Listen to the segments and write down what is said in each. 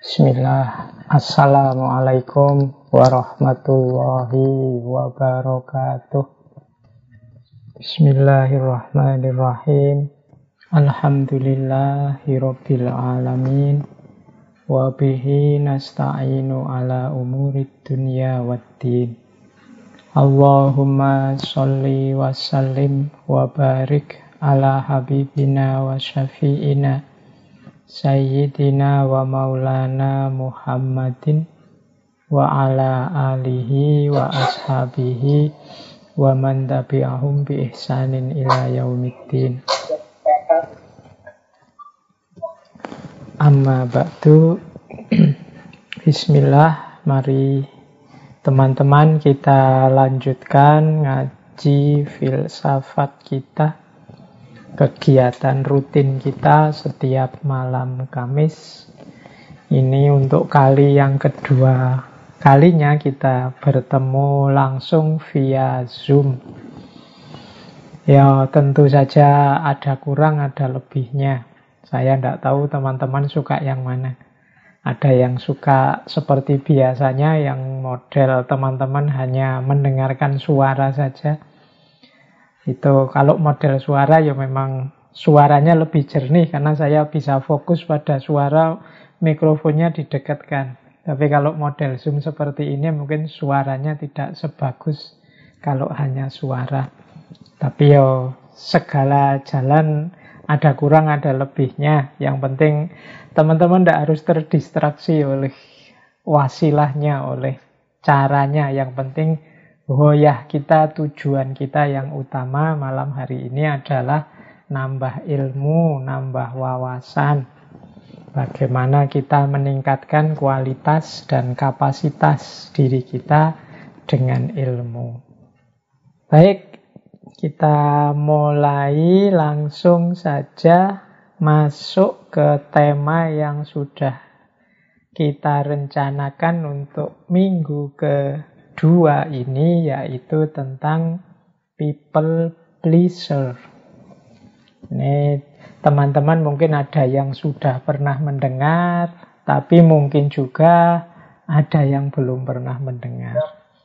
Bismillah. Assalamualaikum warahmatullahi wabarakatuh. Bismillahirrahmanirrahim. Alhamdulillahirabbil alamin. Wa bihi nasta'inu ala umurid dunya waddin. Allahumma sholli wa sallim wa barik ala habibina wa syafi'ina Sayyidina wa maulana Muhammadin wa ala alihi wa ashabihi wa man tabi'ahum bi ihsanin ila yaumiddin. Amma ba'du. Bismillah, mari teman-teman kita lanjutkan ngaji filsafat kita, kegiatan rutin kita setiap malam Kamis. Ini untuk kali yang kedua kalinya kita bertemu langsung via Zoom. Ya tentu saja ada kurang ada lebihnya. Saya tidak tahu teman-teman suka yang mana. Ada yang suka seperti biasanya, yang model teman-teman hanya mendengarkan suara saja. Itu kalau model suara ya memang suaranya lebih jernih karena saya bisa fokus pada suara, mikrofonnya didekatkan. Tapi kalau model Zoom seperti ini mungkin suaranya tidak sebagus kalau hanya suara. Tapi ya segala jalan ada kurang ada lebihnya. Yang penting teman-teman tidak harus terdistraksi oleh wasilahnya, oleh caranya. Yang penting kita, tujuan kita yang utama malam hari ini adalah nambah ilmu, nambah wawasan. Bagaimana kita meningkatkan kualitas dan kapasitas diri kita dengan ilmu. Baik, kita mulai langsung saja masuk ke tema yang sudah kita rencanakan untuk minggu kedua ini, yaitu tentang people pleaser. Ini teman-teman mungkin ada yang sudah pernah mendengar, tapi mungkin juga ada yang belum pernah mendengar.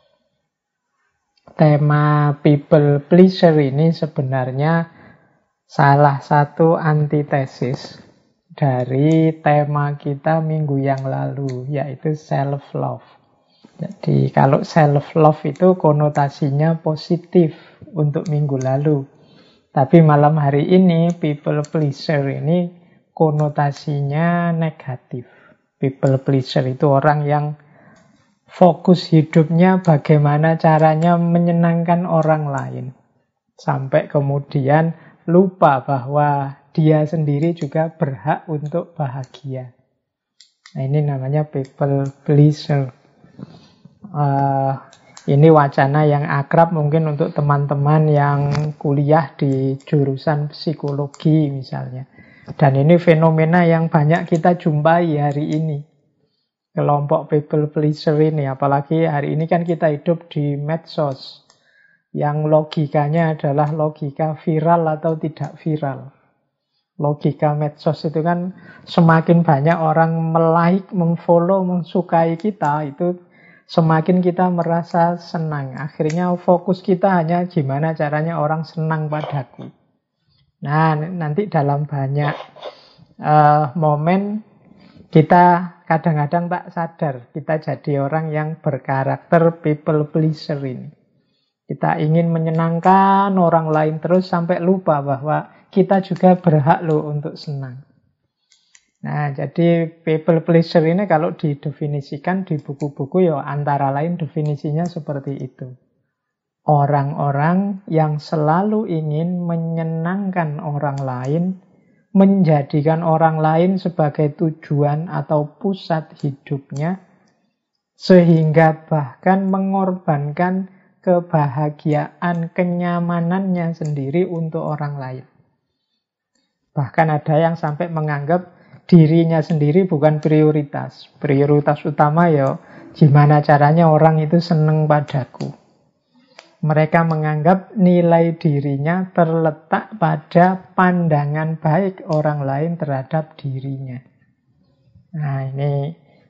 Tema people pleaser ini sebenarnya salah satu antitesis dari tema kita minggu yang lalu, yaitu self-love. Jadi kalau self-love itu konotasinya positif untuk minggu lalu. Tapi malam hari ini people pleaser ini konotasinya negatif. People pleaser itu orang yang fokus hidupnya bagaimana caranya menyenangkan orang lain. Sampai kemudian lupa bahwa dia sendiri juga berhak untuk bahagia. Nah, ini namanya people pleaser. Ini wacana yang akrab mungkin untuk teman-teman yang kuliah di jurusan psikologi misalnya. Dan ini fenomena yang banyak kita jumpai hari ini. Kelompok people pleaser ini, apalagi hari ini kan kita hidup di medsos, yang logikanya adalah logika viral atau tidak viral. Logika medsos itu kan semakin banyak orang melike, memfollow, mensukai kita, itu semakin kita merasa senang. Akhirnya fokus kita hanya gimana caranya orang senang padaku. Nah, nanti dalam banyak momen kita kadang-kadang tak sadar kita jadi orang yang berkarakter people pleaser ini. Kita ingin menyenangkan orang lain terus sampai lupa bahwa kita juga berhak loh untuk senang. Nah, jadi people pleaser ini kalau didefinisikan di buku-buku ya antara lain definisinya seperti itu. Orang-orang yang selalu ingin menyenangkan orang lain, menjadikan orang lain sebagai tujuan atau pusat hidupnya, sehingga bahkan mengorbankan kebahagiaan, kenyamanannya sendiri untuk orang lain. Bahkan ada yang sampai menganggap dirinya sendiri bukan prioritas. Prioritas utama ya gimana caranya orang itu seneng padaku. Mereka menganggap nilai dirinya terletak pada pandangan baik orang lain terhadap dirinya. Nah, ini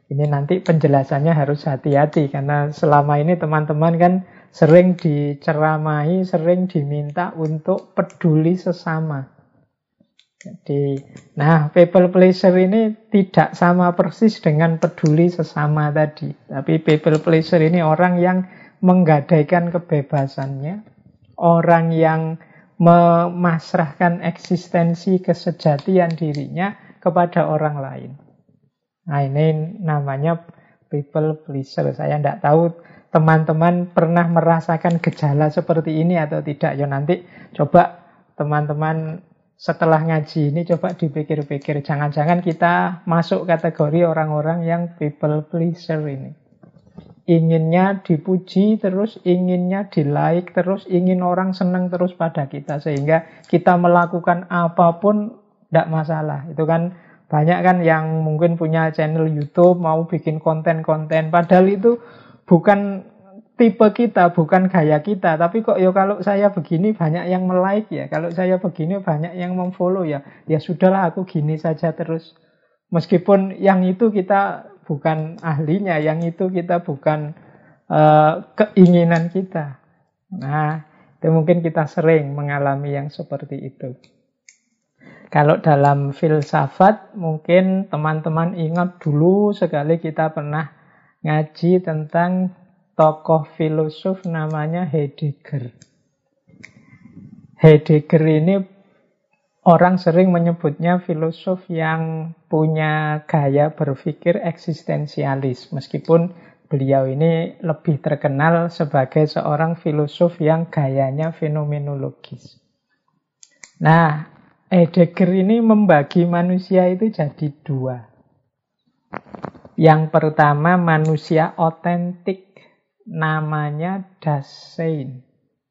Ini nanti penjelasannya harus hati-hati, karena selama ini teman-teman kan sering diceramahi, sering diminta untuk peduli sesama. Jadi, nah, people pleaser ini tidak sama persis dengan peduli sesama tadi. Tapi people pleaser ini orang yang menggadaikan kebebasannya, orang yang memasrahkan eksistensi kesejatian dirinya kepada orang lain. Nah, ini namanya people pleaser. Saya tidak tahu teman-teman pernah merasakan gejala seperti ini atau tidak. Ya nanti coba teman-teman setelah ngaji ini coba dipikir-pikir. Jangan-jangan kita masuk kategori orang-orang yang people pleaser ini. Inginnya dipuji terus, inginnya di-like terus, ingin orang senang terus pada kita. Sehingga kita melakukan apapun tidak masalah. Itu kan banyak kan yang mungkin punya channel YouTube, mau bikin konten-konten. Padahal itu bukan tipe kita, bukan gaya kita. Tapi kok ya kalau saya begini banyak yang like ya. Kalau saya begini banyak yang memfollow ya. Ya sudahlah aku gini saja terus. Meskipun yang itu kita bukan ahlinya, yang itu kita bukan keinginan kita. Nah, itu mungkin kita sering mengalami yang seperti itu. Kalau dalam filsafat, mungkin teman-teman ingat dulu sekali kita pernah ngaji tentang tokoh filosof namanya Heidegger. Heidegger ini orang sering menyebutnya filosof yang punya gaya berpikir eksistensialis. Meskipun beliau ini lebih terkenal sebagai seorang filosof yang gayanya fenomenologis. Nah, Heidegger ini membagi manusia itu jadi dua. Yang pertama manusia otentik, namanya Dasein.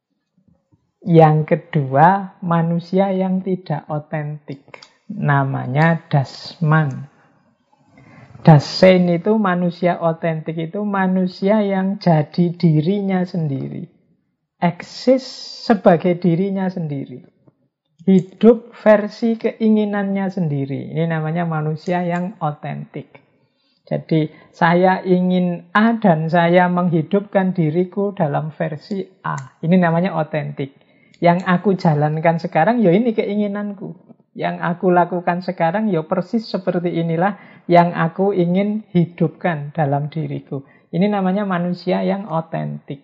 Yang kedua manusia yang tidak otentik, namanya Das-Man. Dasein itu manusia otentik, itu manusia yang jadi dirinya sendiri, eksis sebagai dirinya sendiri, hidup versi keinginannya sendiri. Ini namanya manusia yang otentik. Jadi saya ingin A dan saya menghidupkan diriku dalam versi A. Ini namanya otentik. Yang aku jalankan sekarang ya ini keinginanku. Yang aku lakukan sekarang ya persis seperti inilah yang aku ingin hidupkan dalam diriku. Ini namanya manusia yang otentik.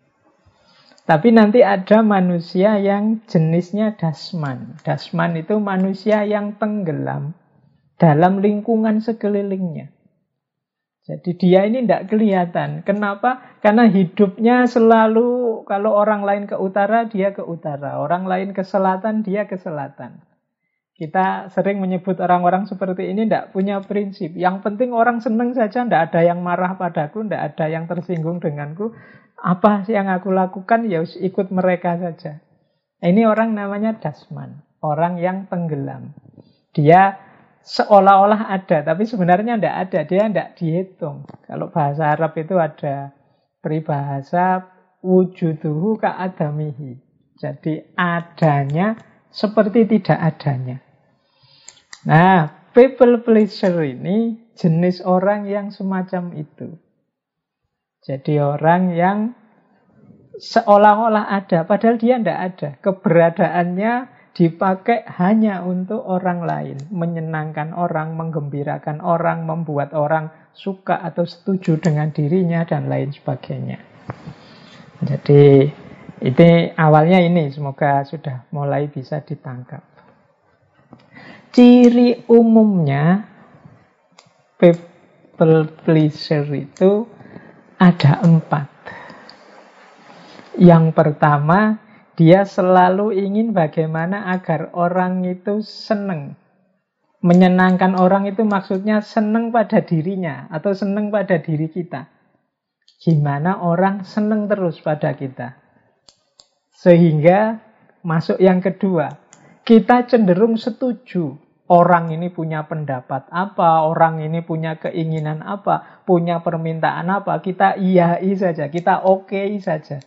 Tapi nanti ada manusia yang jenisnya Das-Man. Das-Man itu manusia yang tenggelam dalam lingkungan sekelilingnya. Jadi dia ini tidak kelihatan. Kenapa? Karena hidupnya selalu, kalau orang lain ke utara, dia ke utara. Orang lain ke selatan, dia ke selatan. Kita sering menyebut orang-orang seperti ini tidak punya prinsip. Yang penting orang senang saja, tidak ada yang marah padaku, tidak ada yang tersinggung denganku. Apa yang aku lakukan, ya ikut mereka saja. Ini orang namanya Das-Man. Orang yang tenggelam. Dia seolah-olah ada, tapi sebenarnya tidak ada. Dia tidak dihitung. Kalau bahasa Arab itu ada peribahasa wujuduhu ka'adamihi. Jadi adanya seperti tidak adanya. Nah, people pleaser ini jenis orang yang semacam itu. Jadi orang yang seolah-olah ada, padahal dia tidak ada. Keberadaannya dipakai hanya untuk orang lain, menyenangkan orang, menggembirakan orang, membuat orang suka atau setuju dengan dirinya, dan lain sebagainya. Jadi ini awalnya ini, semoga sudah mulai bisa ditangkap. Ciri umumnya people pleaser itu ada 4. Yang pertama, dia selalu ingin bagaimana agar orang itu senang. Menyenangkan orang itu maksudnya senang pada dirinya atau senang pada diri kita. Gimana orang senang terus pada kita. Sehingga masuk yang kedua, kita cenderung setuju. Orang ini punya pendapat apa, orang ini punya keinginan apa, punya permintaan apa, kita iyai saja, kita oke saja.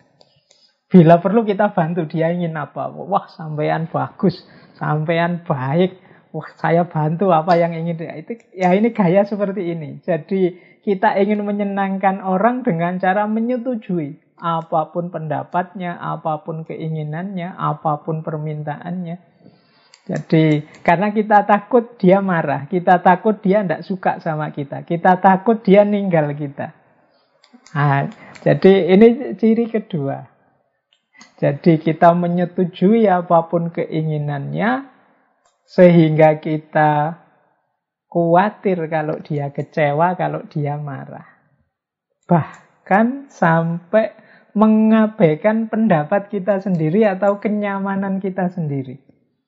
Bila perlu kita bantu, dia ingin apa. Wah, sampean bagus, sampean baik. wah saya bantu apa yang ingin itu ya, ini gaya seperti ini. Jadi kita ingin menyenangkan orang dengan cara menyetujui apapun pendapatnya, apapun keinginannya, apapun permintaannya. Jadi karena kita takut dia marah, kita takut dia tidak suka sama kita takut dia ninggal kita. Nah, jadi ini ciri kedua. Jadi kita menyetujui apapun keinginannya, sehingga kita khawatir kalau dia kecewa, kalau dia marah. Bahkan sampai mengabaikan pendapat kita sendiri atau kenyamanan kita sendiri.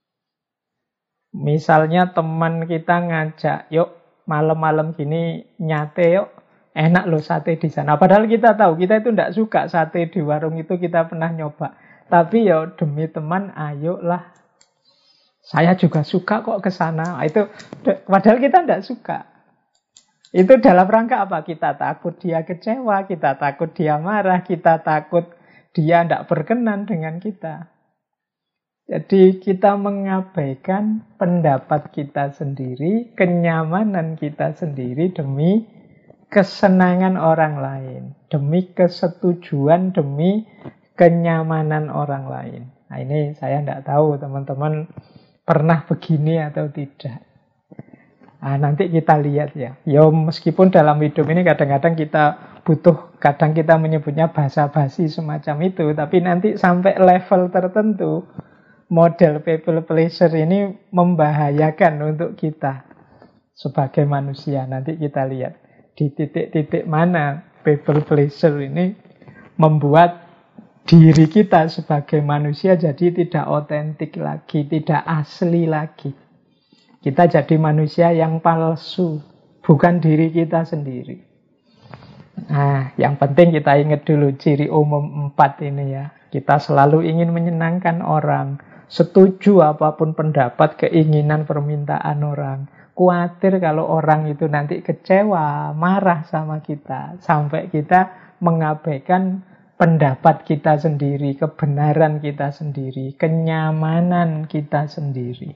Misalnya teman kita ngajak, yuk malam-malam gini nyate yuk, enak loh sate di sana. Padahal kita tahu, kita itu tidak suka sate di warung itu, kita pernah nyoba. Tapi ya demi teman, ayolah. Saya juga suka kok ke sana. Itu padahal kita tidak suka. Itu dalam rangka apa? Kita takut dia kecewa, kita takut dia marah, kita takut dia tidak berkenan dengan kita. Jadi kita mengabaikan pendapat kita sendiri, kenyamanan kita sendiri demi kesenangan orang lain, demi kesetujuan, demi kenyamanan orang lain. Nah ini saya tidak tahu teman-teman pernah begini atau tidak. Nah, nanti kita lihat ya. Ya meskipun dalam hidup ini kadang-kadang kita butuh, kadang kita menyebutnya basa-basi semacam itu, tapi nanti sampai level tertentu model people pleaser ini membahayakan untuk kita sebagai manusia. Nanti kita lihat di titik-titik mana people pleaser ini membuat diri kita sebagai manusia jadi tidak otentik lagi, tidak asli lagi. Kita jadi manusia yang palsu, bukan diri kita sendiri. Nah, yang penting kita ingat dulu ciri umum 4 ini ya. Kita selalu ingin menyenangkan orang, setuju apapun pendapat, keinginan, permintaan orang. Khawatir kalau orang itu nanti kecewa, marah sama kita, sampai kita mengabaikan pendapat kita sendiri, kebenaran kita sendiri, kenyamanan kita sendiri.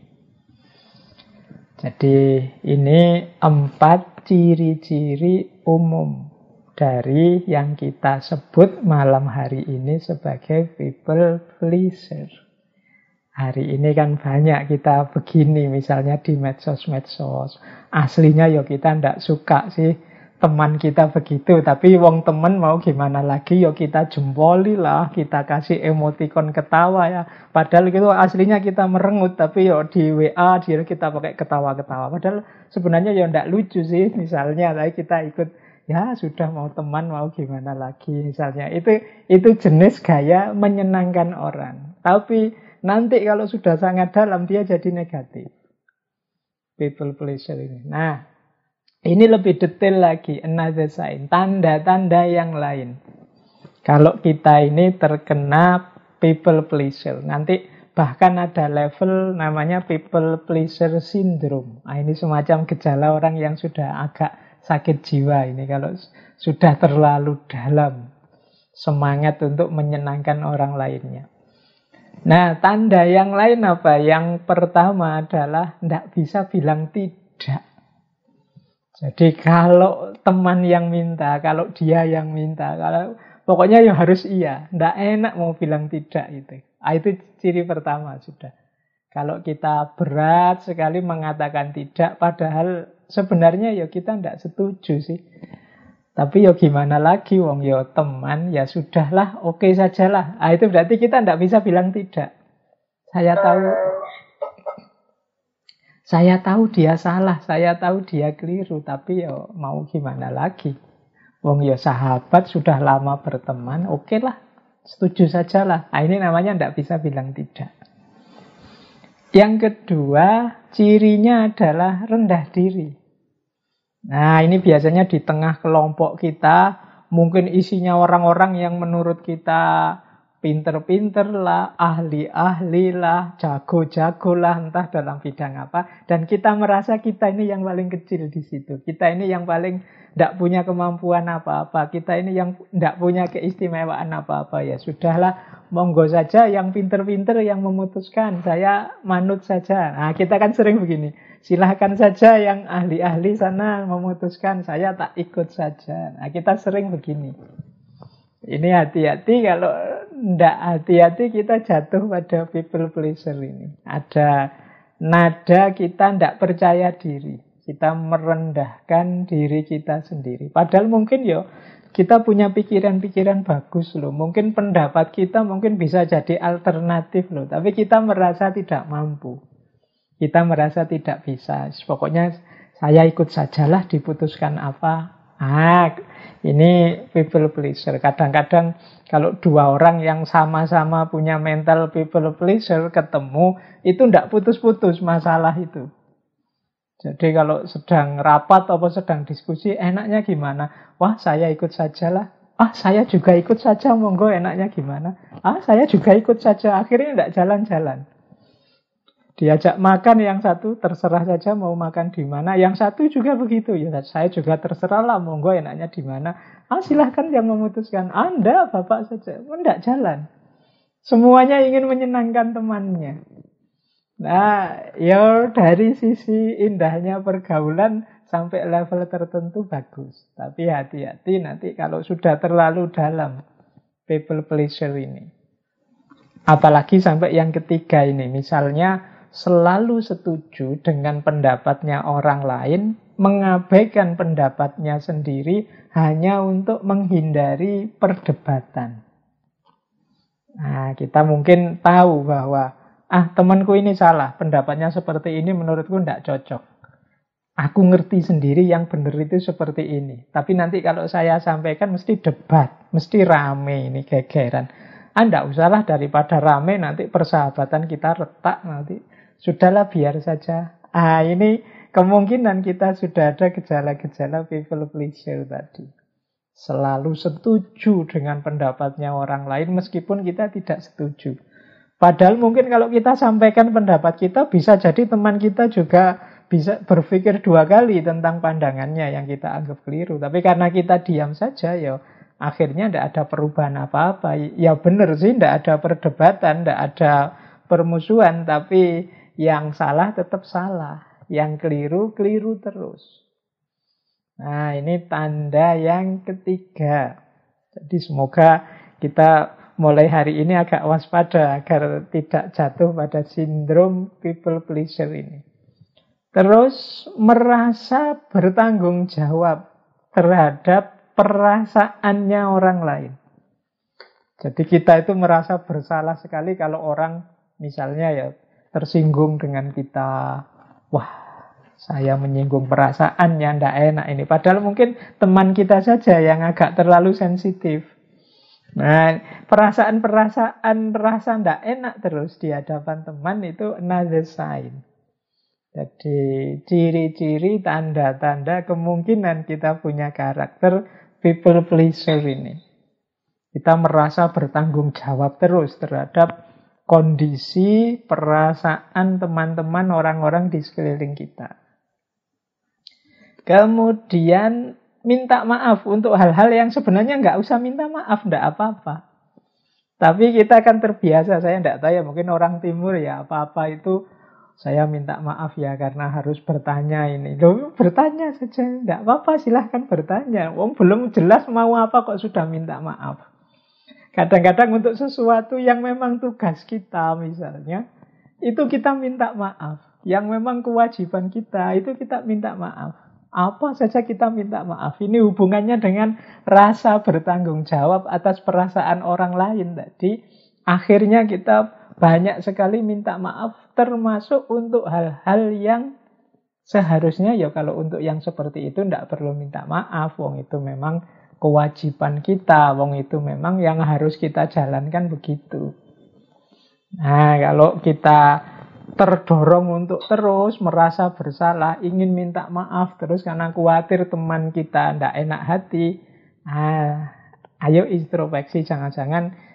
Jadi ini 4 ciri-ciri umum dari yang kita sebut malam hari ini sebagai people pleaser. Hari ini kan banyak kita begini, misalnya di medsos-medsos. Aslinya ya kita tidak suka sih teman kita begitu, tapi wong temen mau gimana lagi, ya kita jempoli lah, kita kasih emotikon ketawa ya. Padahal itu aslinya kita merengut, tapi ya di WA dia kita pakai ketawa-ketawa. Padahal sebenarnya ya tidak lucu sih, misalnya, tapi kita ikut, ya sudah mau teman mau gimana lagi, misalnya. Itu jenis gaya menyenangkan orang. Tapi nanti kalau sudah sangat dalam dia jadi negatif. People pleasure ini. Nah, ini lebih detail lagi, another sign, tanda-tanda yang lain. Kalau kita ini terkena people pleaser, nanti bahkan ada level namanya people pleaser syndrome. Nah, ini semacam gejala orang yang sudah agak sakit jiwa ini, kalau sudah terlalu dalam semangat untuk menyenangkan orang lainnya. Nah, tanda yang lain apa? Yang pertama adalah tidak bisa bilang tidak. Jadi kalau teman yang minta, kalau dia yang minta, kalau pokoknya ya harus iya. Tidak enak mau bilang tidak itu. Itu ciri pertama sudah. Kalau kita berat sekali mengatakan tidak, padahal sebenarnya ya kita tidak setuju sih. Tapi ya gimana lagi, wong ya teman, ya sudahlah, oke sajalah. Itu berarti kita tidak bisa bilang tidak. Saya tahu dia salah, saya tahu dia keliru, tapi ya mau gimana lagi. Wong ya sahabat, sudah lama berteman, oke lah, setuju sajalah. Ini namanya tidak bisa bilang tidak. Yang kedua, cirinya adalah rendah diri. Nah, ini biasanya di tengah kelompok kita, mungkin isinya orang-orang yang menurut kita pinter-pinter lah, ahli-ahli lah, jago-jago lah, entah dalam bidang apa. Dan kita merasa kita ini yang paling kecil di situ. Kita ini yang paling tidak punya kemampuan apa-apa. Kita ini yang tidak punya keistimewaan apa-apa. Ya sudahlah, monggo saja yang pinter-pinter yang memutuskan. Saya manut saja. Nah, kita kan sering begini. Silahkan saja yang ahli-ahli sana memutuskan. Saya tak ikut saja. Nah, kita sering begini. Ini hati-hati, kalau tidak hati-hati kita jatuh pada people pleaser ini. Ada nada kita tidak percaya diri. Kita merendahkan diri kita sendiri. Padahal mungkin kita punya pikiran-pikiran bagus loh. Mungkin pendapat kita mungkin bisa jadi alternatif loh. Tapi kita merasa tidak mampu. Kita merasa tidak bisa. Pokoknya saya ikut sajalah, diputuskan apa. Ini people pleaser. Kadang-kadang kalau dua orang yang sama-sama punya mental people pleaser ketemu, itu tidak putus-putus masalah itu. Jadi kalau sedang rapat atau sedang diskusi, enaknya gimana? Wah, saya ikut sajalah. Saya juga ikut saja, monggo, enaknya gimana? Saya juga ikut saja. Akhirnya tidak jalan-jalan. Diajak makan yang satu, terserah saja mau makan di mana. Yang satu juga begitu. Ya, saya juga terserah lah, monggo, enaknya di mana. Silahkan yang memutuskan. Anda, Bapak saja. Tidak jalan. Semuanya ingin menyenangkan temannya. Nah, dari sisi indahnya pergaulan sampai level tertentu bagus. Tapi hati-hati nanti kalau sudah terlalu dalam people pleasure ini. Apalagi sampai yang ketiga ini. Misalnya selalu setuju dengan pendapatnya orang lain, mengabaikan pendapatnya sendiri hanya untuk menghindari perdebatan. Nah, kita mungkin tahu bahwa temanku ini salah, pendapatnya seperti ini menurutku tidak cocok. Aku ngerti sendiri yang benar itu seperti ini. Tapi nanti kalau saya sampaikan mesti debat, mesti rame ini gegeran. Tidak usahlah, daripada rame nanti persahabatan kita retak nanti. Sudahlah, biar saja. Ini kemungkinan kita sudah ada gejala-gejala people pleasure tadi. Selalu setuju dengan pendapatnya orang lain meskipun kita tidak setuju. Padahal mungkin kalau kita sampaikan pendapat kita, bisa jadi teman kita juga bisa berpikir dua kali tentang pandangannya yang kita anggap keliru. Tapi karena kita diam saja, akhirnya tidak ada perubahan apa-apa. Ya benar sih, tidak ada perdebatan, tidak ada permusuhan, tapi yang salah tetap salah, yang keliru, keliru terus. Nah, ini tanda yang ketiga. Jadi semoga kita mulai hari ini agak waspada agar tidak jatuh pada sindrom people pleaser ini. Terus merasa bertanggung jawab terhadap perasaannya orang lain. Jadi kita itu merasa bersalah sekali kalau orang misalnya tersinggung dengan kita. Wah, saya menyinggung perasaannya, tidak enak ini. Padahal mungkin teman kita saja yang agak terlalu sensitif. Nah, perasaan tidak enak terus di hadapan teman itu another sign. Jadi ciri-ciri, tanda-tanda kemungkinan kita punya karakter people pleaser ini. Kita merasa bertanggung jawab terus terhadap kondisi, perasaan teman-teman, orang-orang di sekeliling kita. Kemudian minta maaf untuk hal-hal yang sebenarnya nggak usah minta maaf, nggak apa-apa. Tapi kita kan terbiasa, saya nggak tahu ya, mungkin orang timur ya, apa-apa itu saya minta maaf ya karena harus bertanya ini. Loh, bertanya saja, nggak apa-apa, silahkan bertanya. Belum jelas mau apa kok sudah minta maaf. Kadang-kadang untuk sesuatu yang memang tugas kita misalnya, itu kita minta maaf. Yang memang kewajiban kita, itu kita minta maaf. Apa saja kita minta maaf. Ini hubungannya dengan rasa bertanggung jawab atas perasaan orang lain tadi. Akhirnya kita banyak sekali minta maaf, termasuk untuk hal-hal yang seharusnya kalau untuk yang seperti itu tidak perlu minta maaf. Wong itu memang kewajiban kita, wong itu memang yang harus kita jalankan begitu. Nah, kalau kita terdorong untuk terus merasa bersalah, ingin minta maaf terus karena khawatir teman kita tidak enak hati, ayo introspeksi, jangan-jangan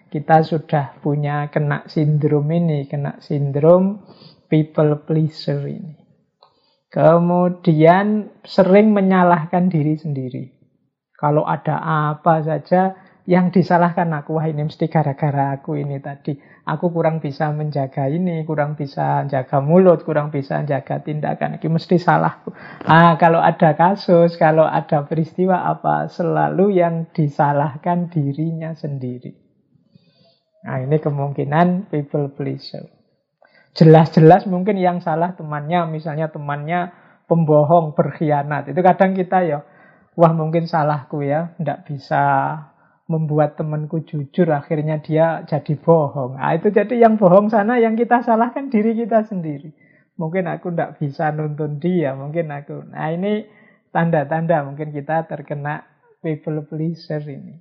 Kita sudah punya kena sindrom ini, kena sindrom people pleaser ini. Kemudian sering menyalahkan diri sendiri. Kalau ada apa saja yang disalahkan aku, wah ini mesti gara-gara aku ini tadi. Aku kurang bisa menjaga ini, kurang bisa jaga mulut, kurang bisa jaga tindakan. Ini mesti salahku. Kalau ada kasus, kalau ada peristiwa apa, selalu yang disalahkan dirinya sendiri. Nah, ini kemungkinan people pleaser. Jelas-jelas mungkin yang salah temannya, misalnya temannya pembohong, berkhianat. Itu kadang kita ya, wah mungkin salahku ya, tidak bisa membuat temanku jujur, akhirnya dia jadi bohong. Itu jadi yang bohong sana, yang kita salahkan diri kita sendiri. Mungkin aku tidak bisa nuntun dia, mungkin aku. Nah ini tanda-tanda mungkin kita terkena people pleaser ini.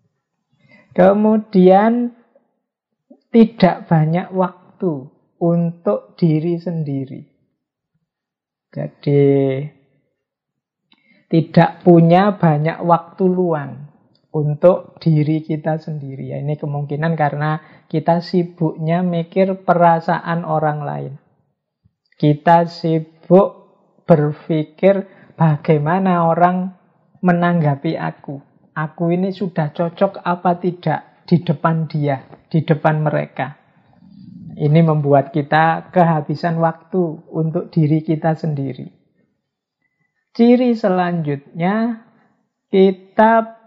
Kemudian tidak banyak waktu untuk diri sendiri. Jadi tidak punya banyak waktu luang untuk diri kita sendiri. Ya, ini kemungkinan karena kita sibuknya mikir perasaan orang lain. Kita sibuk berpikir bagaimana orang menanggapi aku. Aku ini sudah cocok apa tidak di depan dia, di depan mereka. Ini membuat kita kehabisan waktu untuk diri kita sendiri. Ciri selanjutnya, kita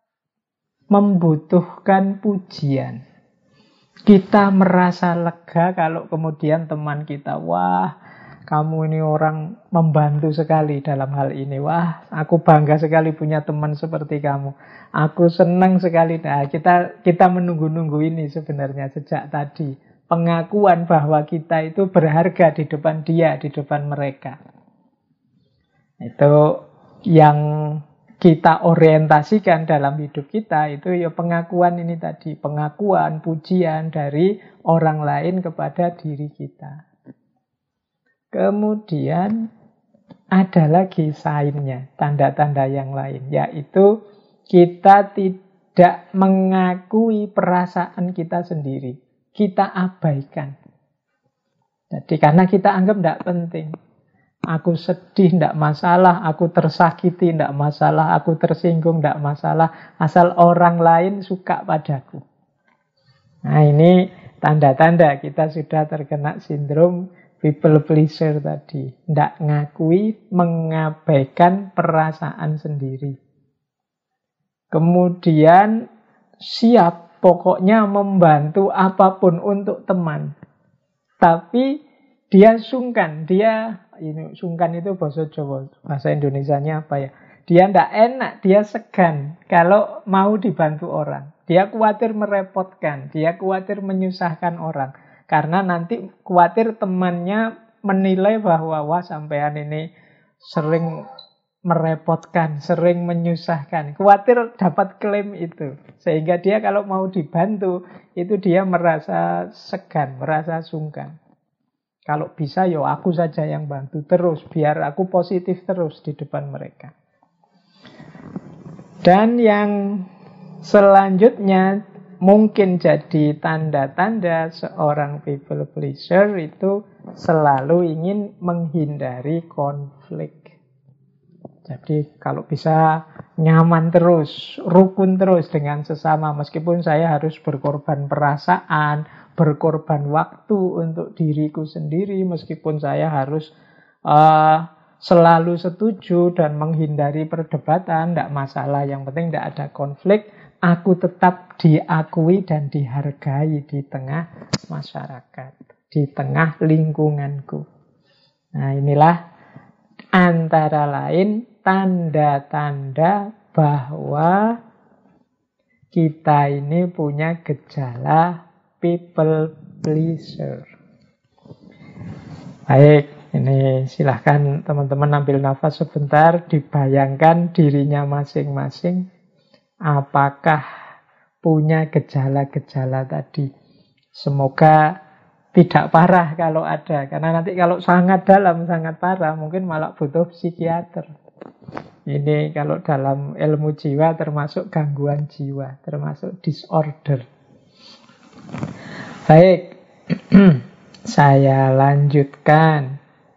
membutuhkan pujian. Kita merasa lega kalau kemudian teman kita, wah kamu ini orang membantu sekali dalam hal ini. Wah aku bangga sekali punya teman seperti kamu. Aku senang sekali. Nah, kita menunggu-nunggu ini sebenarnya sejak tadi. Pengakuan bahwa kita itu berharga di depan dia, di depan mereka. Itu yang kita orientasikan dalam hidup kita, itu ya pengakuan ini tadi. Pengakuan, pujian dari orang lain kepada diri kita. Kemudian ada lagi sign-nya, tanda-tanda yang lain. Yaitu kita tidak mengakui perasaan kita sendiri. Kita abaikan. Jadi karena kita anggap tidak penting. Aku sedih, tidak masalah. Aku tersakiti, tidak masalah. Aku tersinggung, tidak masalah. Asal orang lain suka padaku. Nah ini tanda-tanda kita sudah terkena sindrom people pleaser tadi. Tidak ngakui, mengabaikan perasaan sendiri. Kemudian siap, pokoknya membantu apapun untuk teman. Tapi dia sungkan, ini sungkan itu bahasa Jawa, bahasa Indonesianya apa ya? Dia tidak enak, dia segan kalau mau dibantu orang. Dia khawatir merepotkan, dia khawatir menyusahkan orang. Karena nanti khawatir temannya menilai bahwa wah sampean ini sering merepotkan, sering menyusahkan. Khawatir dapat klaim itu. Sehingga dia kalau mau dibantu, itu dia merasa segan, merasa sungkan. Kalau bisa, yo aku saja yang bantu terus, biar aku positif terus di depan mereka. Dan yang selanjutnya mungkin jadi tanda-tanda seorang people pleaser itu selalu ingin menghindari konflik. Jadi kalau bisa nyaman terus, rukun terus dengan sesama. Meskipun saya harus berkorban perasaan, berkorban waktu untuk diriku sendiri. Meskipun saya harus selalu setuju dan menghindari perdebatan, tidak masalah. Yang penting tidak ada konflik. Aku tetap diakui dan dihargai di tengah masyarakat, di tengah lingkunganku. Nah inilah antara lain tanda-tanda bahwa kita ini punya gejala people pleaser. Baik, ini silahkan teman-teman ambil nafas sebentar, dibayangkan dirinya masing-masing. Apakah punya gejala-gejala tadi? Semoga tidak parah kalau ada. Karena nanti kalau sangat dalam, sangat parah, mungkin malah butuh psikiater. Ini kalau dalam ilmu jiwa termasuk gangguan jiwa, termasuk disorder. Baik, saya lanjutkan.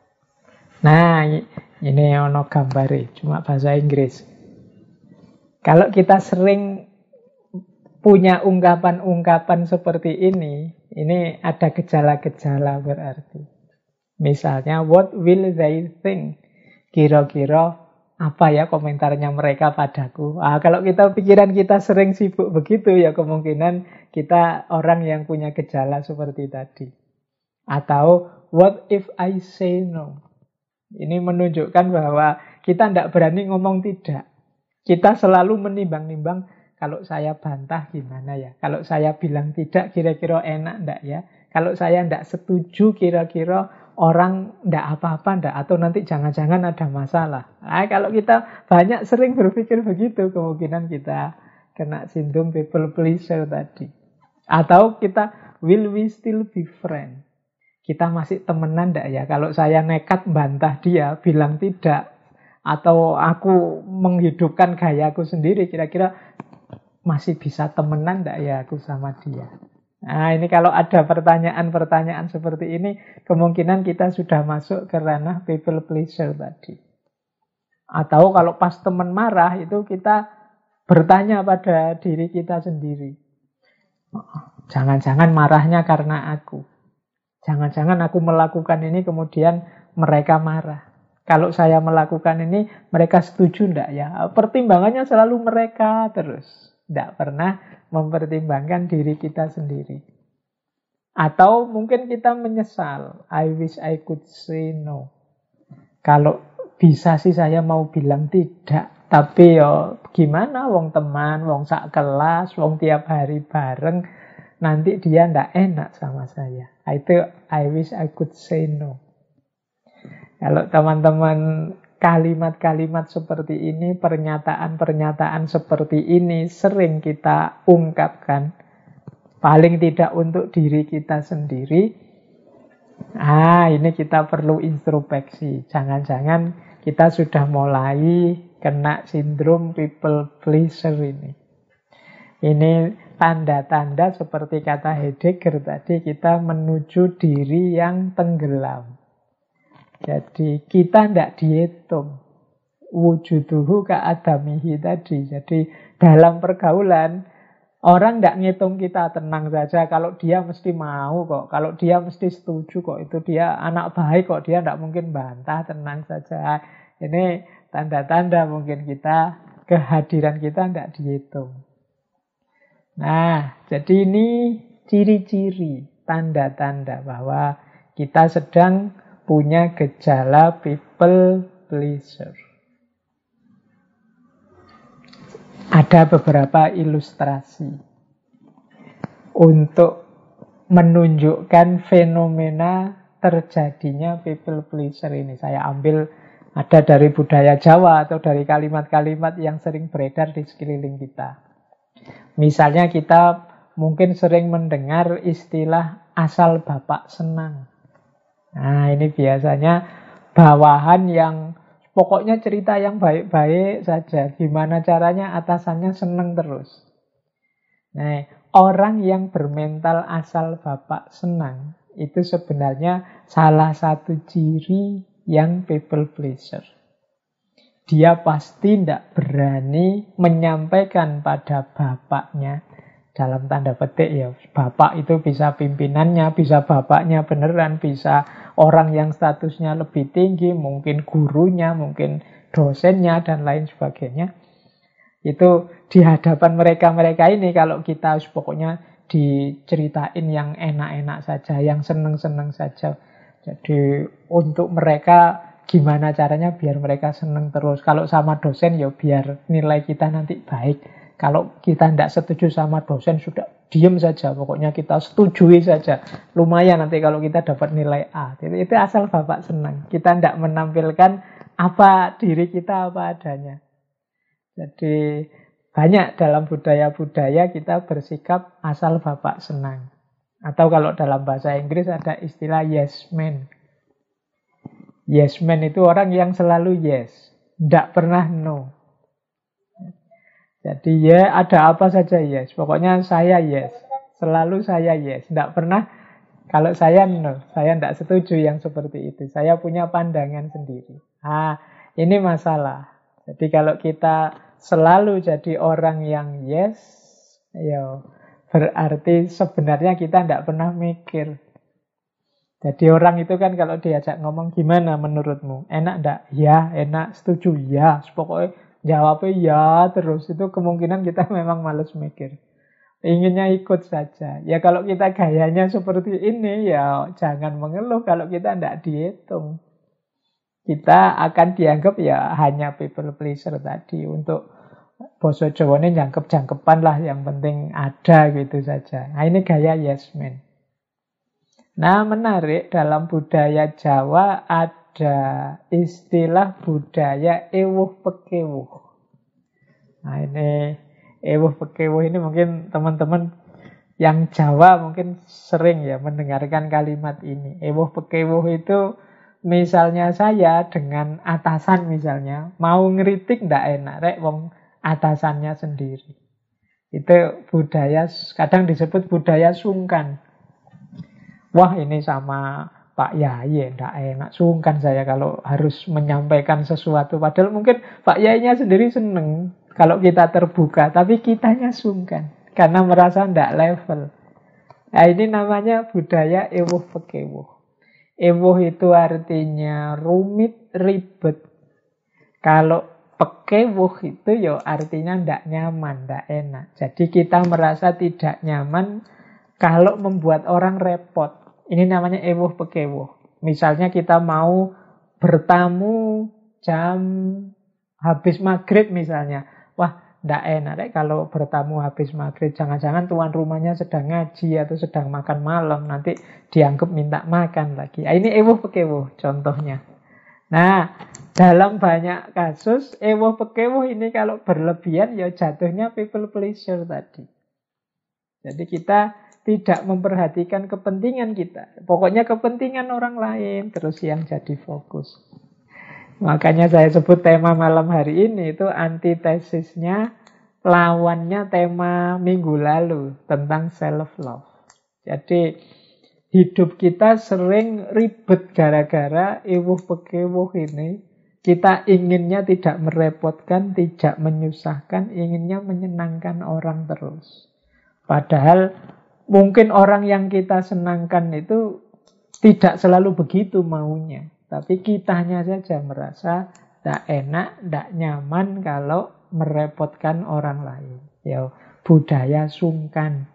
Nah, ini ono gambare, cuma bahasa Inggris. Kalau kita sering punya ungkapan-ungkapan seperti ini ada gejala-gejala berarti. Misalnya, what will they think? Kira-kira apa ya komentarnya mereka padaku? Kalau pikiran kita sering sibuk begitu, ya kemungkinan kita orang yang punya gejala seperti tadi. Atau, what if I say no? Ini menunjukkan bahwa kita tidak berani ngomong tidak. Kita selalu menimbang-nimbang, kalau saya bantah gimana ya? Kalau saya bilang tidak, kira-kira enak enggak ya? Kalau saya enggak setuju, kira-kira orang enggak apa-apa enggak? Atau nanti jangan-jangan ada masalah. Kalau kita banyak sering berpikir begitu, kemungkinan kita kena sindrom people pleaser tadi. Atau kita, will we still be friends? Kita masih temenan enggak ya? Kalau saya nekat bantah dia, bilang tidak, atau aku menghidupkan gayaku sendiri, kira-kira masih bisa temenan enggak ya aku sama dia? Nah, ini kalau ada pertanyaan-pertanyaan seperti ini, kemungkinan kita sudah masuk ke ranah people pleaser tadi. Atau kalau pas teman marah, itu kita bertanya pada diri kita sendiri. Jangan-jangan marahnya karena aku. Jangan-jangan aku melakukan ini kemudian mereka marah. Kalau saya melakukan ini, mereka setuju enggak ya? Pertimbangannya selalu mereka terus. Tidak pernah mempertimbangkan diri kita sendiri. Atau mungkin kita menyesal. I wish I could say no. Kalau bisa sih saya mau bilang tidak. Tapi gimana wong teman, wong sak kelas, wong tiap hari bareng. Nanti dia tidak enak sama saya. Itu I wish I could say no. Kalau teman-teman kalimat-kalimat seperti ini, pernyataan-pernyataan seperti ini sering kita ungkapkan, paling tidak untuk diri kita sendiri. Ini kita perlu introspeksi. Jangan-jangan kita sudah mulai kena sindrom people pleaser ini. Ini tanda-tanda seperti kata Heidegger tadi, kita menuju diri yang tenggelam. Jadi kita tidak dihitung. Wujuduhu ka'adamihi tadi. Jadi dalam pergaulan, orang tidak ngitung kita, tenang saja. Kalau dia mesti mau kok. Kalau dia mesti setuju kok. Itu dia anak baik kok. Dia tidak mungkin bantah, tenang saja. Ini tanda-tanda mungkin kita, kehadiran kita tidak dihitung. Nah, jadi ini ciri-ciri, tanda-tanda bahwa kita sedang punya gejala people pleaser. Ada beberapa ilustrasi untuk menunjukkan fenomena terjadinya people pleaser ini. Saya ambil ada dari budaya Jawa atau dari kalimat-kalimat yang sering beredar di sekeliling kita. Misalnya kita mungkin sering mendengar istilah asal bapak senang. Nah, ini biasanya bawahan yang pokoknya cerita yang baik-baik saja. Gimana caranya atasannya senang terus. Nah, orang yang bermental asal bapak senang itu sebenarnya salah satu ciri yang people pleaser. Dia pasti tidak berani menyampaikan pada bapaknya, dalam tanda petik ya, bapak itu bisa pimpinannya, bisa bapaknya beneran, bisa orang yang statusnya lebih tinggi, mungkin gurunya, mungkin dosennya, dan lain sebagainya. Itu di hadapan mereka-mereka ini, kalau kita pokoknya diceritain yang enak-enak saja, yang seneng-seneng saja. Jadi untuk mereka gimana caranya biar mereka seneng terus. Kalau sama dosen ya biar nilai kita nanti baik. Kalau kita tidak setuju sama dosen, sudah diem saja. Pokoknya kita setujui saja. Lumayan nanti kalau kita dapat nilai A. Itu asal bapak senang. Kita tidak menampilkan apa diri kita apa adanya. Jadi banyak dalam budaya-budaya kita bersikap asal bapak senang. Atau kalau dalam bahasa Inggris ada istilah yes man. Yes man itu orang yang selalu yes. Tidak pernah no. Jadi ya ada apa saja yes. Pokoknya saya yes. Selalu saya yes. Tidak pernah, kalau saya no. Saya tidak setuju yang seperti itu. Saya punya pandangan sendiri. Ini masalah. Jadi kalau kita selalu jadi orang yang yes, ya berarti sebenarnya kita tidak pernah mikir. Jadi orang itu kan kalau diajak ngomong gimana menurutmu? Enak enggak? Ya, enak, setuju, ya. Pokoknya jawabnya ya terus. Itu kemungkinan kita memang males mikir. Inginnya ikut saja. Ya kalau kita gayanya seperti ini, ya jangan mengeluh kalau kita enggak dihitung. Kita akan dianggap ya hanya people pleaser tadi. Untuk basa Jawa ini jangkep-jangkepan lah. Yang penting ada gitu saja. Nah ini gaya yes man. Nah, menarik dalam budaya Jawa ada istilah budaya ewuh pekewuh. Nah, ini ewuh pekewuh ini mungkin teman-teman yang Jawa mungkin sering ya mendengarkan kalimat ini. Ewuh pekewuh itu misalnya saya dengan atasan misalnya mau ngeritik ndak enak rek wong atasannya sendiri. Itu budaya, kadang disebut budaya sungkan. Wah ini sama Pak Yai enggak enak, sungkan saya kalau harus menyampaikan sesuatu. Padahal mungkin Pak Yainya sendiri seneng kalau kita terbuka, tapi kitanya sungkan karena merasa enggak level. Nah ini namanya budaya ewuh pekewuh. Ewuh itu artinya rumit, ribet. Kalau pekewuh itu ya artinya enggak nyaman, enggak enak. Jadi kita merasa tidak nyaman kalau membuat orang repot. Ini namanya ewuh pekewuh. Misalnya kita mau bertamu jam habis maghrib misalnya. Wah, ndak enak deh kalau bertamu habis maghrib. Jangan-jangan tuan rumahnya sedang ngaji atau sedang makan malam. Nanti dianggap minta makan lagi. Ini ewuh pekewuh contohnya. Nah, dalam banyak kasus ewuh pekewuh ini kalau berlebihan ya jatuhnya people pleasure tadi. Jadi kita tidak memperhatikan kepentingan kita. Pokoknya kepentingan orang lain terus yang jadi fokus. Makanya saya sebut tema malam hari ini itu antitesisnya, lawannya tema minggu lalu tentang self-love. Jadi hidup kita sering ribet gara-gara ewuh pekewuh ini. Kita inginnya tidak merepotkan, tidak menyusahkan, inginnya menyenangkan orang terus. Padahal mungkin orang yang kita senangkan itu tidak selalu begitu maunya. Tapi kitanya saja merasa tidak enak, tidak nyaman kalau merepotkan orang lain. Ya, budaya sungkan.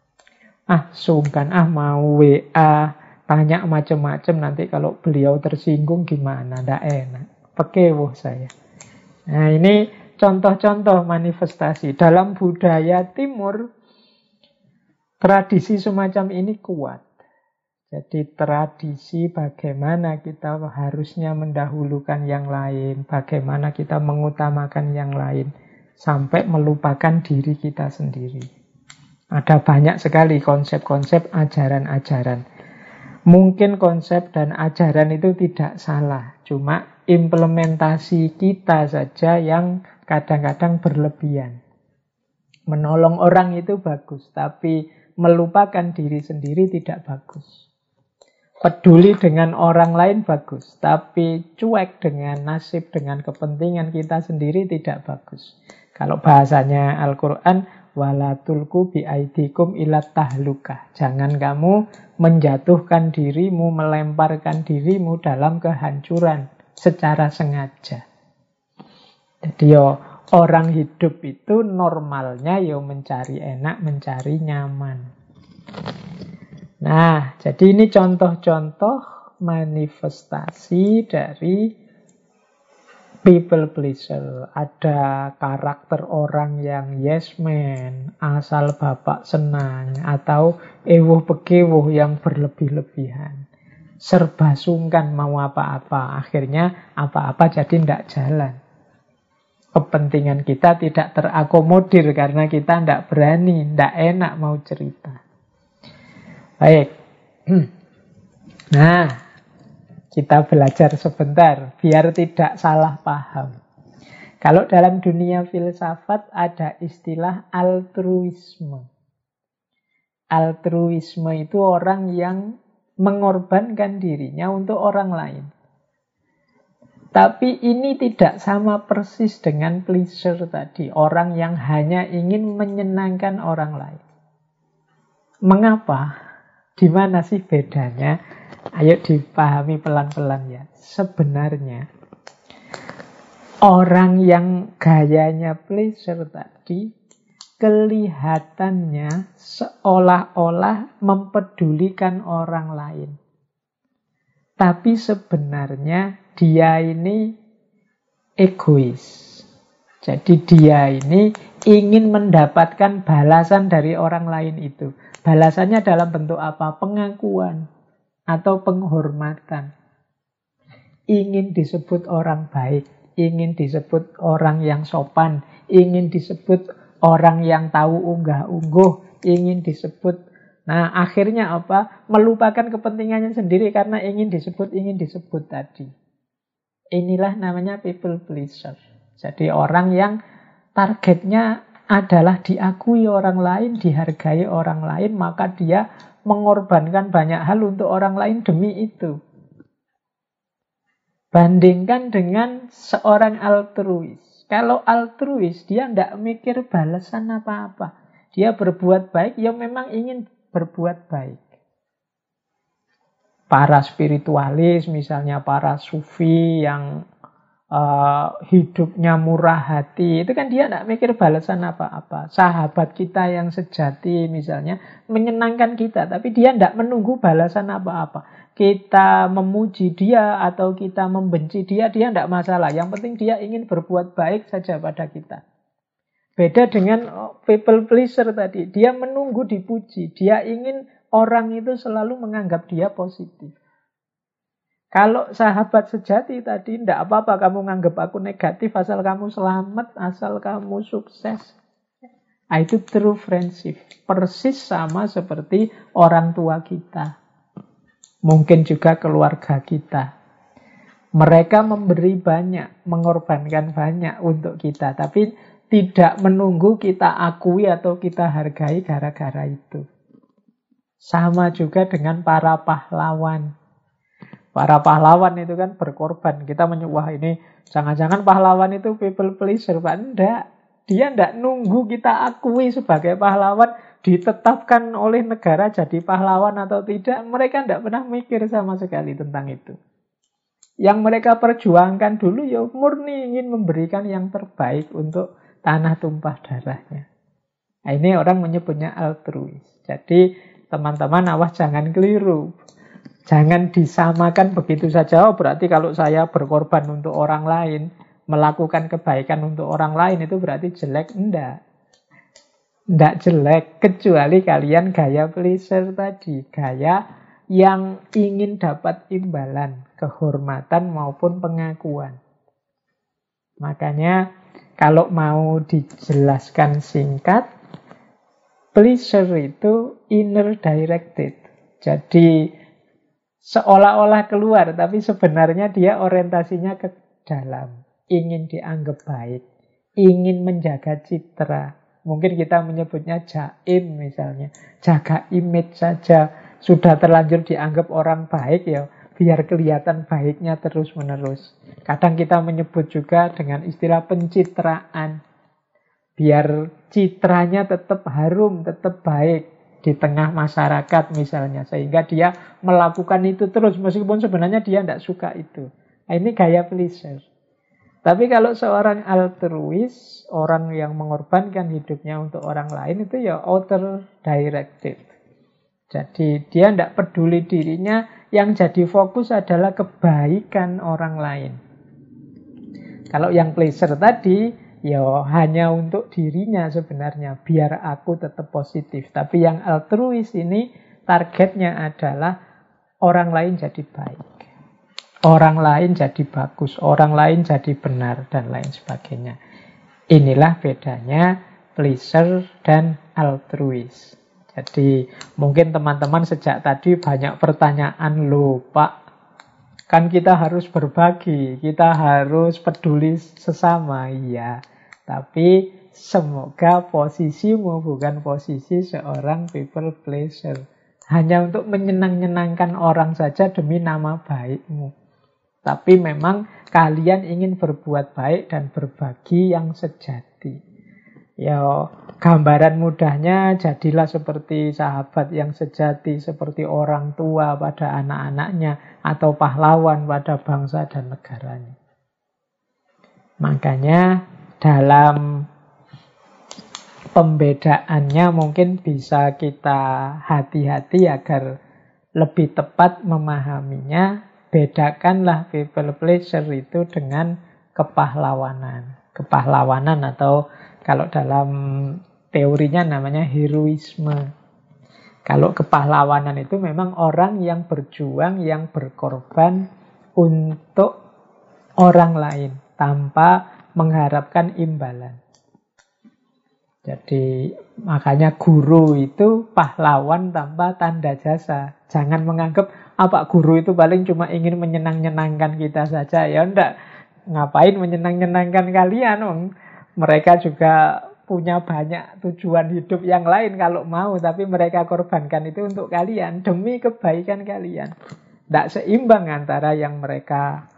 Sungkan, mau WA, tanya macam-macam. Nanti kalau beliau tersinggung gimana, tidak enak. Pekewuh saya. Nah ini contoh-contoh manifestasi. Dalam budaya timur, tradisi semacam ini kuat. Jadi tradisi bagaimana kita harusnya mendahulukan yang lain, bagaimana kita mengutamakan yang lain, sampai melupakan diri kita sendiri. Ada banyak sekali konsep-konsep ajaran-ajaran. Mungkin konsep dan ajaran itu tidak salah, cuma implementasi kita saja yang kadang-kadang berlebihan. Menolong orang itu bagus, tapi melupakan diri sendiri tidak bagus. Peduli dengan orang lain bagus, tapi cuek dengan nasib, dengan kepentingan kita sendiri tidak bagus. Kalau bahasanya Al-Quran, wala tulku biaidikum ila tahlukah. Jangan kamu menjatuhkan dirimu, melemparkan dirimu dalam kehancuran secara sengaja. Jadi orang hidup itu normalnya mencari enak, mencari nyaman. Nah, jadi ini contoh-contoh manifestasi dari people pleaser. Ada karakter orang yang yes man, asal bapak senang, atau ewuh pekewuh yang berlebih-lebihan. Serba sungkan mau apa-apa, akhirnya apa-apa jadi tidak jalan. Kepentingan kita tidak terakomodir karena kita tidak berani, tidak enak mau cerita. Baik. Nah, kita belajar sebentar biar tidak salah paham. Kalau dalam dunia filsafat ada istilah altruisme. Altruisme itu orang yang mengorbankan dirinya untuk orang lain. Tapi ini tidak sama persis dengan pleasure tadi. Orang yang hanya ingin menyenangkan orang lain. Mengapa? Di mana sih bedanya? Ayo dipahami pelan-pelan ya. Sebenarnya orang yang gayanya pleasure tadi kelihatannya seolah-olah mempedulikan orang lain. Tapi sebenarnya dia ini egois. Jadi dia ini ingin mendapatkan balasan dari orang lain itu. Balasannya dalam bentuk apa? Pengakuan atau penghormatan. Ingin disebut orang baik, ingin disebut orang yang sopan, ingin disebut orang yang tahu unggah-ungguh, ingin disebut. Nah, akhirnya apa? Melupakan kepentingannya sendiri karena ingin disebut tadi. Inilah namanya people pleaser. Jadi orang yang targetnya adalah diakui orang lain, dihargai orang lain, maka dia mengorbankan banyak hal untuk orang lain demi itu. Bandingkan dengan seorang altruis. Kalau altruis, dia tidak mikir balasan apa-apa. Dia berbuat baik, ya memang ingin berbuat baik. Para spiritualis, misalnya para sufi yang hidupnya murah hati, itu kan dia tidak mikir balasan apa-apa. Sahabat kita yang sejati misalnya menyenangkan kita, tapi dia tidak menunggu balasan apa-apa. Kita memuji dia atau kita membenci dia tidak masalah. Yang penting dia ingin berbuat baik saja pada kita. Beda dengan people pleaser tadi, dia menunggu dipuji, dia ingin orang itu selalu menganggap dia positif. Kalau sahabat sejati tadi, tidak apa-apa kamu nganggap aku negatif, asal kamu selamat, asal kamu sukses. Nah, itu true friendship. Persis sama seperti orang tua kita. Mungkin juga keluarga kita. Mereka memberi banyak, mengorbankan banyak untuk kita. Tapi tidak menunggu kita akui atau kita hargai gara-gara itu. Sama juga dengan para pahlawan. Para pahlawan itu kan berkorban. Kita wah ini jangan-jangan pahlawan itu people pleaser. Pak, enggak. Dia enggak nunggu kita akui sebagai pahlawan, ditetapkan oleh negara jadi pahlawan atau tidak. Mereka enggak pernah mikir sama sekali tentang itu. Yang mereka perjuangkan dulu ya murni ingin memberikan yang terbaik untuk tanah tumpah darahnya. Nah, ini orang menyebutnya altruis. Jadi teman-teman awas jangan keliru. Jangan disamakan begitu saja. Oh, berarti kalau saya berkorban untuk orang lain, melakukan kebaikan untuk orang lain, itu berarti jelek. Enggak. Enggak jelek. Kecuali kalian gaya pleaser tadi. Gaya yang ingin dapat imbalan, kehormatan maupun pengakuan. Makanya kalau mau dijelaskan singkat, pleasure itu inner directed. Jadi seolah-olah keluar, tapi sebenarnya dia orientasinya ke dalam. Ingin dianggap baik, ingin menjaga citra. Mungkin kita menyebutnya jaim misalnya. Jaga image saja. Sudah terlanjur dianggap orang baik ya, biar kelihatan baiknya terus-menerus. Kadang kita menyebut juga dengan istilah pencitraan. Biar citranya tetap harum, tetap baik di tengah masyarakat misalnya, sehingga dia melakukan itu terus meskipun sebenarnya dia tidak suka itu. Nah, ini gaya pleaser. Tapi kalau seorang altruis, orang yang mengorbankan hidupnya untuk orang lain, itu ya outer directed. Jadi dia tidak peduli dirinya, yang jadi fokus adalah kebaikan orang lain. Kalau yang pleaser tadi ya hanya untuk dirinya sebenarnya, biar aku tetap positif. Tapi yang altruis ini targetnya adalah orang lain jadi baik, orang lain jadi bagus, orang lain jadi benar, dan lain sebagainya. Inilah bedanya pleaser dan altruis. Jadi mungkin teman-teman sejak tadi banyak pertanyaan, loh Pak, kan kita harus berbagi, kita harus peduli sesama, iya. Tapi semoga posisimu bukan posisi seorang people pleaser. Hanya untuk menyenang-nyenangkan orang saja demi nama baikmu. Tapi memang kalian ingin berbuat baik dan berbagi yang sejati. Ya, gambaran mudahnya jadilah seperti sahabat yang sejati, seperti orang tua pada anak-anaknya, atau pahlawan pada bangsa dan negaranya. Makanya dalam pembedaannya mungkin bisa kita hati-hati agar lebih tepat memahaminya. Bedakanlah people pleasure itu dengan kepahlawanan. Kepahlawanan atau kalau dalam teorinya namanya heroisme. Kalau kepahlawanan itu memang orang yang berjuang, yang berkorban untuk orang lain tanpa mengharapkan imbalan. Jadi makanya guru itu pahlawan tanpa tanda jasa. Jangan menganggap Pak guru itu paling cuma ingin menyenang-nyenangkan kita saja. Ya enggak, ngapain menyenang-nyenangkan kalian? Mereka juga punya banyak tujuan hidup yang lain kalau mau, tapi mereka korbankan itu untuk kalian, demi kebaikan kalian. Tidak seimbang antara yang mereka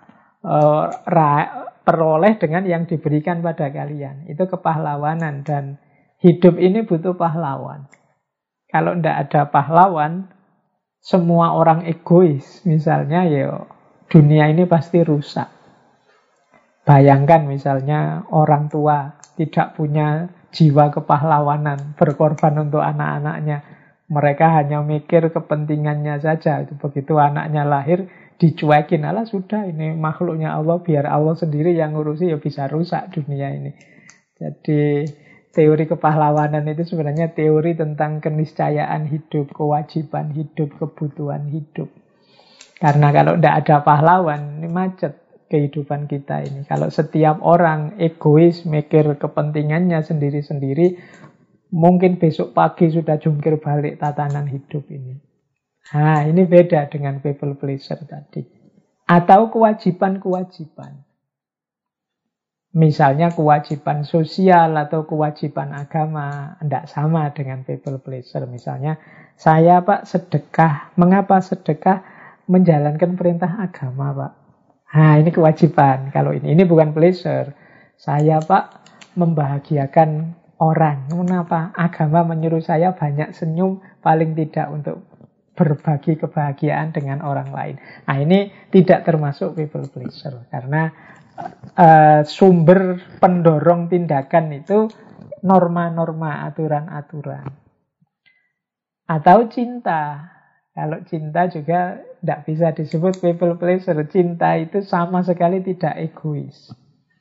peroleh dengan yang diberikan pada kalian. Itu kepahlawanan, dan hidup ini butuh pahlawan. Kalau tidak ada pahlawan, semua orang egois misalnya, ya dunia ini pasti rusak. Bayangkan misalnya orang tua tidak punya jiwa kepahlawanan, berkorban untuk anak-anaknya. Mereka hanya mikir kepentingannya saja. Itu begitu anaknya lahir, dicuekin. Alah sudah, ini makhluknya Allah, biar Allah sendiri yang ngurusi, ya bisa rusak dunia ini. Jadi teori kepahlawanan itu sebenarnya teori tentang keniscayaan hidup, kewajiban hidup, kebutuhan hidup. Karena kalau tidak ada pahlawan, ini macet kehidupan kita ini. Kalau setiap orang egois, mikir kepentingannya sendiri-sendiri, mungkin besok pagi sudah jungkir balik tatanan hidup ini. Nah, ini beda dengan people pleaser tadi. Atau kewajiban-kewajiban. Misalnya kewajiban sosial atau kewajiban agama, tidak sama dengan people pleaser. Misalnya, saya Pak sedekah. Mengapa sedekah? Menjalankan perintah agama Pak. Nah, ini kewajiban. Kalau ini bukan pleasure. Saya Pak membahagiakan orang. Kenapa? Agama menyuruh saya banyak senyum, paling tidak untuk berbagi kebahagiaan dengan orang lain. Nah, ini tidak termasuk people pleaser. Karena sumber pendorong tindakan itu norma-norma, aturan-aturan. Atau cinta. Kalau cinta juga tidak bisa disebut people pleaser. Cinta itu sama sekali tidak egois.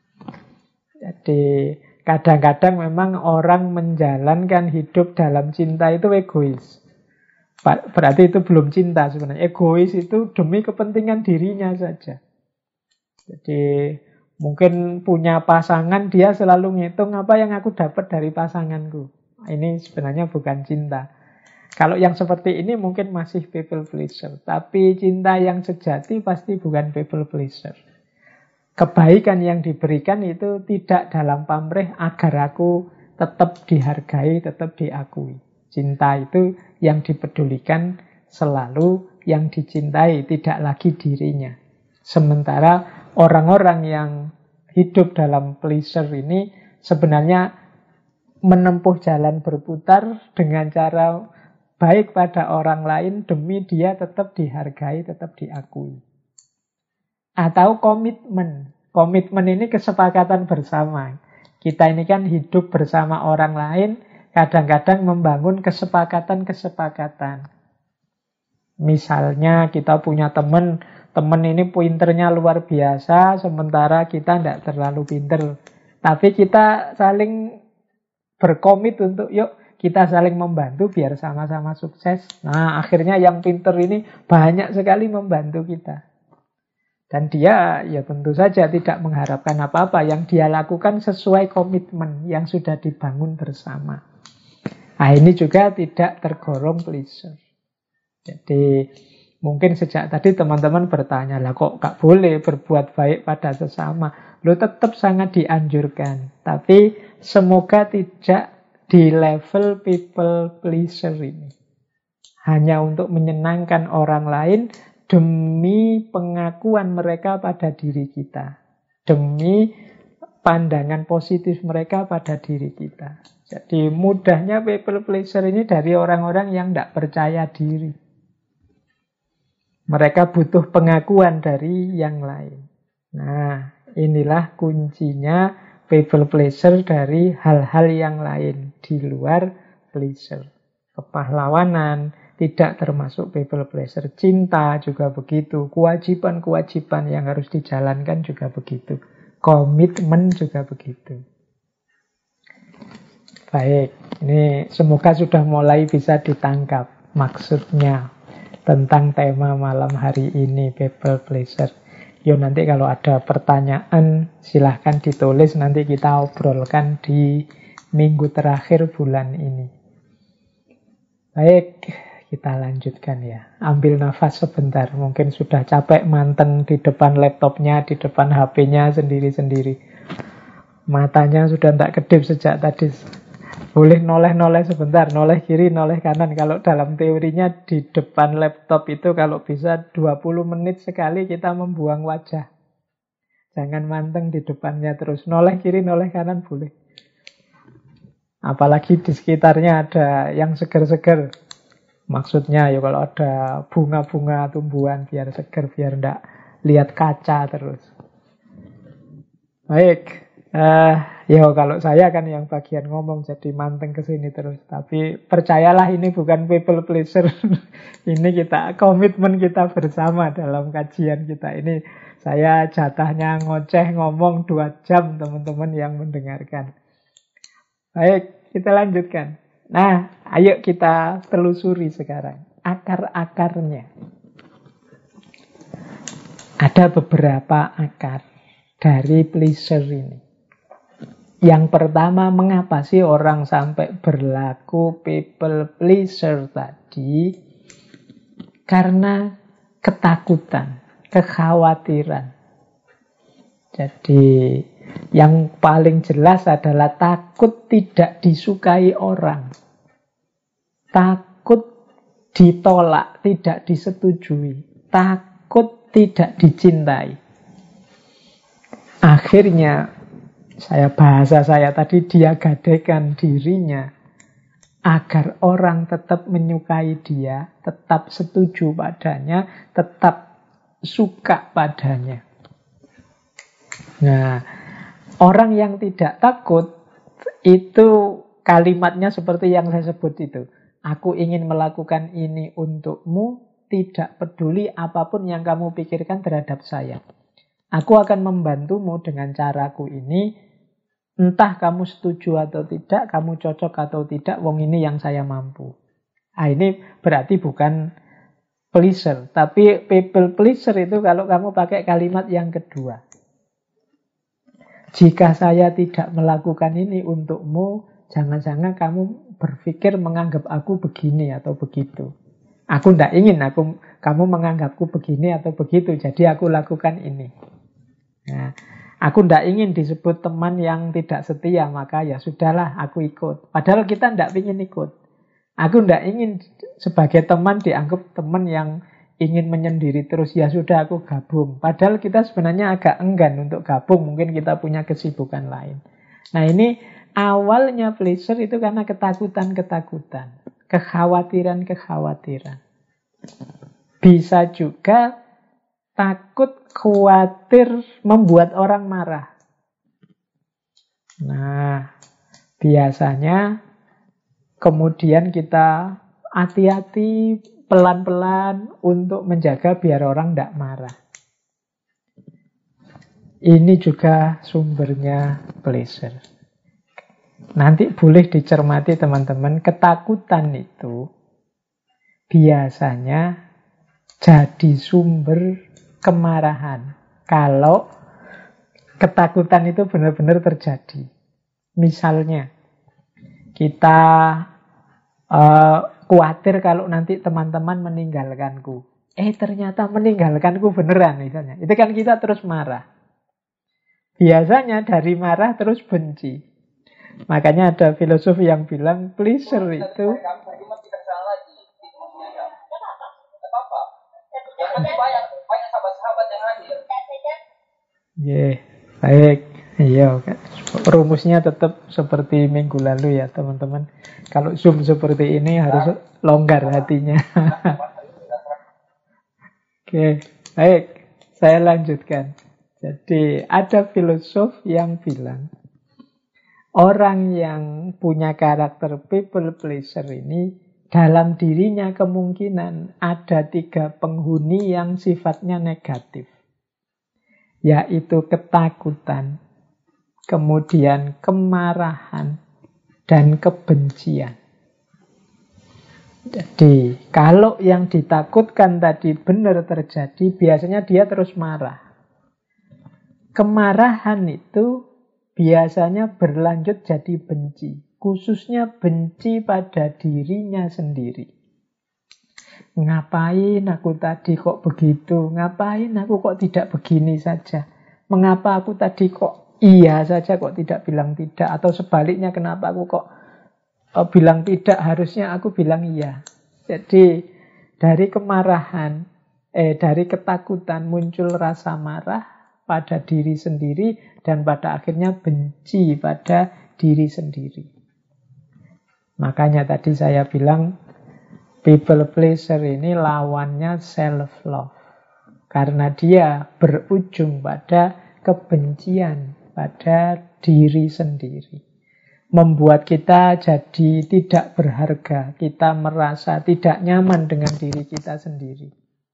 Jadi kadang-kadang memang orang menjalankan hidup dalam cinta itu egois. Berarti itu belum cinta sebenarnya. Egois itu demi kepentingan dirinya saja. Jadi mungkin punya pasangan, dia selalu ngitung apa yang aku dapat dari pasanganku. Ini sebenarnya bukan cinta. Kalau yang seperti ini mungkin masih people pleaser. Tapi cinta yang sejati pasti bukan people pleaser. Kebaikan yang diberikan itu tidak dalam pamrih agar aku tetap dihargai, tetap diakui. Cinta itu yang dipedulikan selalu yang dicintai, tidak lagi dirinya. Sementara orang-orang yang hidup dalam pleasure ini sebenarnya menempuh jalan berputar dengan cara baik pada orang lain demi dia tetap dihargai, tetap diakui. Atau komitmen. Komitmen ini kesepakatan bersama. Kita ini kan hidup bersama orang lain, kadang-kadang membangun kesepakatan-kesepakatan. Misalnya kita punya teman ini pinternya luar biasa, sementara kita tidak terlalu pinter. Tapi kita saling berkomit untuk yuk kita saling membantu biar sama-sama sukses. Nah, akhirnya yang pinter ini banyak sekali membantu kita. Dan dia ya tentu saja tidak mengharapkan apa-apa. Yang dia lakukan sesuai komitmen yang sudah dibangun bersama. Nah, ini juga tidak tergolong pleasure. Jadi mungkin sejak tadi teman-teman bertanya, lah kok gak boleh berbuat baik pada sesama? Lo tetap sangat dianjurkan. Tapi semoga tidak di level people pleaser ini. Hanya untuk menyenangkan orang lain demi pengakuan mereka pada diri kita. Demi pandangan positif mereka pada diri kita. Jadi mudahnya people pleaser ini dari orang-orang yang tidak percaya diri. Mereka butuh pengakuan dari yang lain. Nah, inilah kuncinya people pleaser dari hal-hal yang lain di luar pleaser. Kepahlawanan tidak termasuk people pleaser. Cinta juga begitu. Kewajiban-kewajiban yang harus dijalankan juga begitu. Komitmen juga begitu. Baik, ini semoga sudah mulai bisa ditangkap maksudnya tentang tema malam hari ini, people pleaser. Yo, nanti kalau ada pertanyaan silahkan ditulis, nanti kita obrolkan di minggu terakhir bulan ini. Baik, kita lanjutkan ya. Ambil nafas sebentar, mungkin sudah capek manteng di depan laptopnya, di depan HP-nya sendiri-sendiri. Matanya sudah tak kedip sejak tadi. Boleh noleh-noleh sebentar, noleh kiri, noleh kanan. Kalau dalam teorinya di depan laptop itu kalau bisa 20 menit sekali kita membuang wajah. Jangan manteng di depannya terus. Noleh kiri, noleh kanan boleh. Apalagi di sekitarnya ada yang seger-seger. Maksudnya ya kalau ada bunga-bunga tumbuhan biar seger, biar enggak lihat kaca terus. Baik. Ya kalau saya kan yang bagian ngomong jadi manteng ke sini terus. Tapi percayalah ini bukan people pleaser. Ini kita komitmen kita bersama dalam kajian kita. Ini saya jatahnya ngoceh ngomong 2 jam teman-teman yang mendengarkan. Baik, kita lanjutkan. Nah, ayo kita telusuri sekarang akar-akarnya. Ada beberapa akar dari pleaser ini. Yang pertama, mengapa sih orang sampai berlaku people pleaser tadi? Karena ketakutan, kekhawatiran. Jadi yang paling jelas adalah takut tidak disukai orang. Takut ditolak, tidak disetujui. Takut tidak dicintai. Akhirnya bahasa saya tadi, dia gadaikan dirinya agar orang tetap menyukai dia, tetap setuju padanya, tetap suka padanya. Nah, orang yang tidak takut itu kalimatnya seperti yang saya sebut itu. Aku ingin melakukan ini untukmu, tidak peduli apapun yang kamu pikirkan terhadap saya. Aku akan membantumu dengan caraku ini. Entah kamu setuju atau tidak, kamu cocok atau tidak, wong ini yang saya mampu. Nah, ini berarti bukan pleaser. Tapi people pleaser itu kalau kamu pakai kalimat yang kedua. Jika saya tidak melakukan ini untukmu, jangan-jangan kamu berpikir menganggap aku begini atau begitu. Aku tidak ingin kamu menganggapku begini atau begitu, jadi aku lakukan ini. Nah, aku tidak ingin disebut teman yang tidak setia, maka ya sudahlah aku ikut. Padahal kita tidak ingin ikut. Aku tidak ingin sebagai teman dianggap teman yang ingin menyendiri terus, ya sudah aku gabung. Padahal kita sebenarnya agak enggan untuk gabung, mungkin kita punya kesibukan lain. Nah, ini awalnya pleaser itu karena ketakutan-ketakutan, kekhawatiran-kekhawatiran. Bisa juga takut, khawatir membuat orang marah. Nah, biasanya kemudian kita hati-hati, pelan-pelan untuk menjaga biar orang tidak marah. Ini juga sumbernya pleaser. Nanti boleh dicermati teman-teman, ketakutan itu biasanya jadi sumber kemarahan kalau ketakutan itu benar-benar terjadi. Misalnya kita khawatir kalau nanti teman-teman meninggalkanku, ternyata meninggalkanku beneran misalnya, itu kan kita terus marah. Biasanya dari marah terus benci. Makanya ada filosof yang bilang pleasure itu yeah, baik. Iya, rumusnya tetap seperti minggu lalu ya teman-teman. Kalau Zoom seperti ini harus longgar hatinya. Oke, baik. Saya lanjutkan. Jadi ada filosof yang bilang orang yang punya karakter people pleaser ini dalam dirinya kemungkinan ada 3 penghuni yang sifatnya negatif. Yaitu ketakutan, kemudian kemarahan, dan kebencian. Jadi, kalau yang ditakutkan tadi benar terjadi, biasanya dia terus marah. Kemarahan itu biasanya berlanjut jadi benci. Khususnya benci pada dirinya sendiri. Ngapain aku tadi kok begitu? Ngapain aku kok tidak begini saja? Mengapa aku tadi kok iya saja kok tidak bilang tidak? Atau sebaliknya kenapa aku kok bilang tidak, harusnya aku bilang iya. Jadi dari kemarahan, dari ketakutan muncul rasa marah pada diri sendiri dan pada akhirnya benci pada diri sendiri. Makanya tadi saya bilang people pleaser ini lawannya self love. Karena dia berujung pada kebencian pada diri sendiri. Membuat kita jadi tidak berharga. Kita merasa tidak nyaman dengan diri kita sendiri.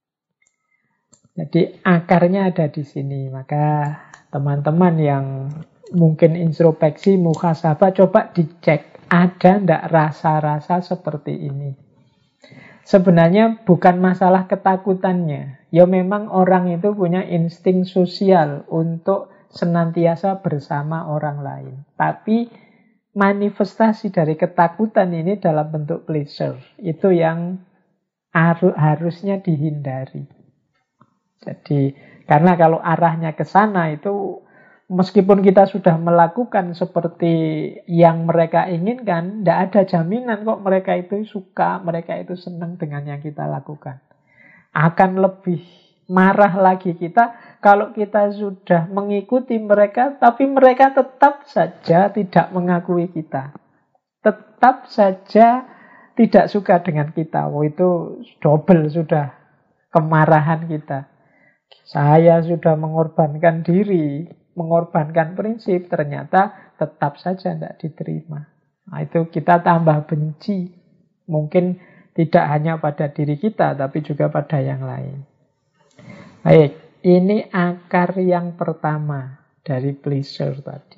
Jadi akarnya ada di sini. Maka teman-teman yang mungkin introspeksi, muhasabah, coba dicek. Ada ndak rasa-rasa seperti ini? Sebenarnya bukan masalah ketakutannya. Ya memang orang itu punya insting sosial untuk senantiasa bersama orang lain. Tapi manifestasi dari ketakutan ini dalam bentuk pleasure. Itu yang harusnya dihindari. Jadi, karena kalau arahnya ke sana itu, meskipun kita sudah melakukan seperti yang mereka inginkan, tidak ada jaminan kok mereka itu suka, mereka itu senang dengan yang kita lakukan. Akan lebih marah lagi kita kalau kita sudah mengikuti mereka, tapi mereka tetap saja tidak mengakui kita. Tetap saja tidak suka dengan kita. Oh, itu double sudah kemarahan kita. Saya sudah mengorbankan diri, mengorbankan prinsip, ternyata tetap saja tidak diterima. Nah, itu kita tambah benci. Mungkin tidak hanya pada diri kita, tapi juga pada yang lain. Baik, ini akar yang pertama dari pleasure tadi.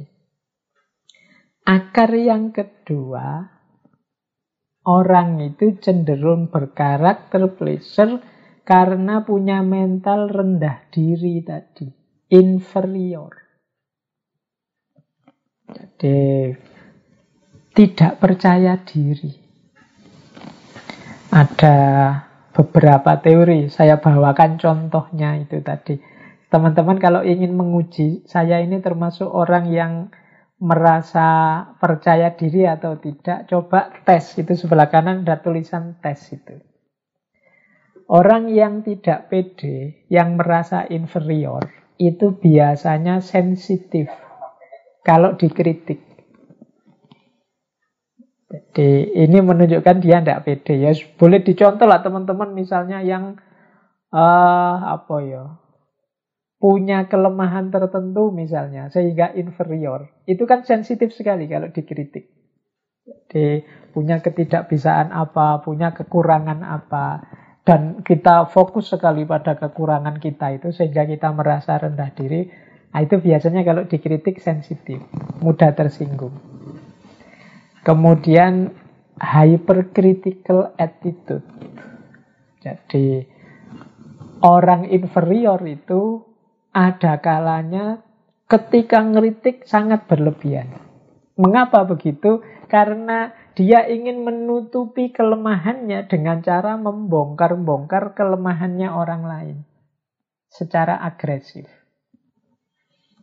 Akar yang kedua, orang itu cenderung berkarakter pleasure karena punya mental rendah diri tadi, inferior. Jadi tidak percaya diri. Ada beberapa teori, saya bawakan contohnya itu tadi. Teman-teman kalau ingin menguji, saya ini termasuk orang yang merasa percaya diri atau tidak, coba tes. Itu sebelah kanan ada tulisan tes itu. Orang yang tidak pede, yang merasa inferior, itu biasanya sensitif kalau dikritik. Jadi ini menunjukkan dia tidak pede. Ya boleh dicontoh lah teman-teman, misalnya yang punya kelemahan tertentu misalnya, sehingga inferior. Itu kan sensitif sekali kalau dikritik. Jadi punya ketidakbisaan apa, punya kekurangan apa. Dan kita fokus sekali pada kekurangan kita itu sehingga kita merasa rendah diri. Nah, itu biasanya kalau dikritik sensitif, mudah tersinggung. Kemudian hypercritical attitude. Jadi orang inferior itu ada kalanya ketika ngeritik sangat berlebihan. Mengapa begitu? Karena dia ingin menutupi kelemahannya dengan cara membongkar-bongkar kelemahannya orang lain secara agresif.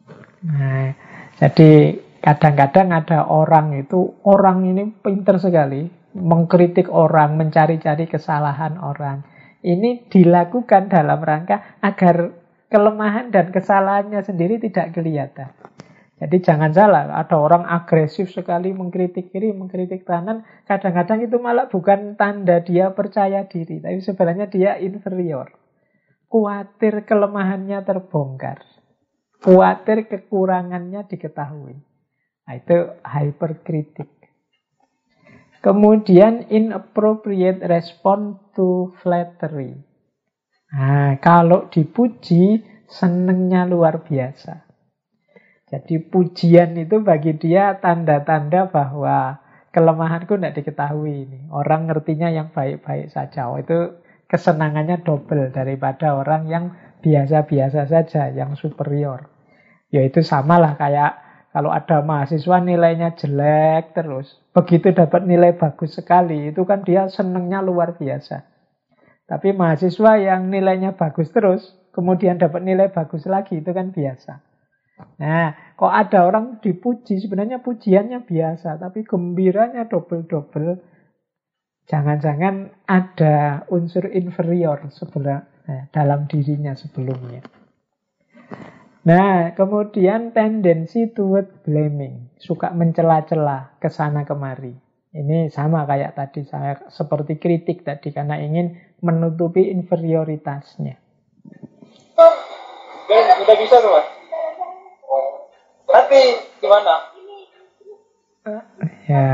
Nah, jadi kadang-kadang ada orang ini pinter sekali mengkritik orang, mencari-cari kesalahan orang. Ini dilakukan dalam rangka agar kelemahan dan kesalahannya sendiri tidak kelihatan. Jadi jangan salah, ada orang agresif sekali mengkritik kiri, mengkritik kanan. Kadang-kadang itu malah bukan tanda dia percaya diri, tapi sebenarnya dia inferior. Khawatir kelemahannya terbongkar. Khawatir kekurangannya diketahui. Nah, itu hyperkritik. Kemudian inappropriate response to flattery. Nah, kalau dipuji, senengnya luar biasa. Jadi pujian itu bagi dia tanda-tanda bahwa kelemahanku tidak diketahui ini. Orang ngertinya yang baik-baik saja. Itu kesenangannya double daripada orang yang biasa-biasa saja, yang superior. Ya itu samalah kayak kalau ada mahasiswa nilainya jelek terus, begitu dapat nilai bagus sekali, itu kan dia senengnya luar biasa. Tapi mahasiswa yang nilainya bagus terus, kemudian dapat nilai bagus lagi, itu kan biasa. Nah, kok ada orang dipuji, sebenarnya pujiannya biasa, tapi gembiranya double-double. Jangan-jangan ada unsur inferior dalam dirinya sebelumnya. Nah, kemudian tendensi toward blaming. Suka mencela-cela ke sana kemari. Ini sama kayak tadi, saya seperti kritik tadi, karena ingin menutupi inferioritasnya. Udah bisa tuh, Mas? Nanti gimana? Ya.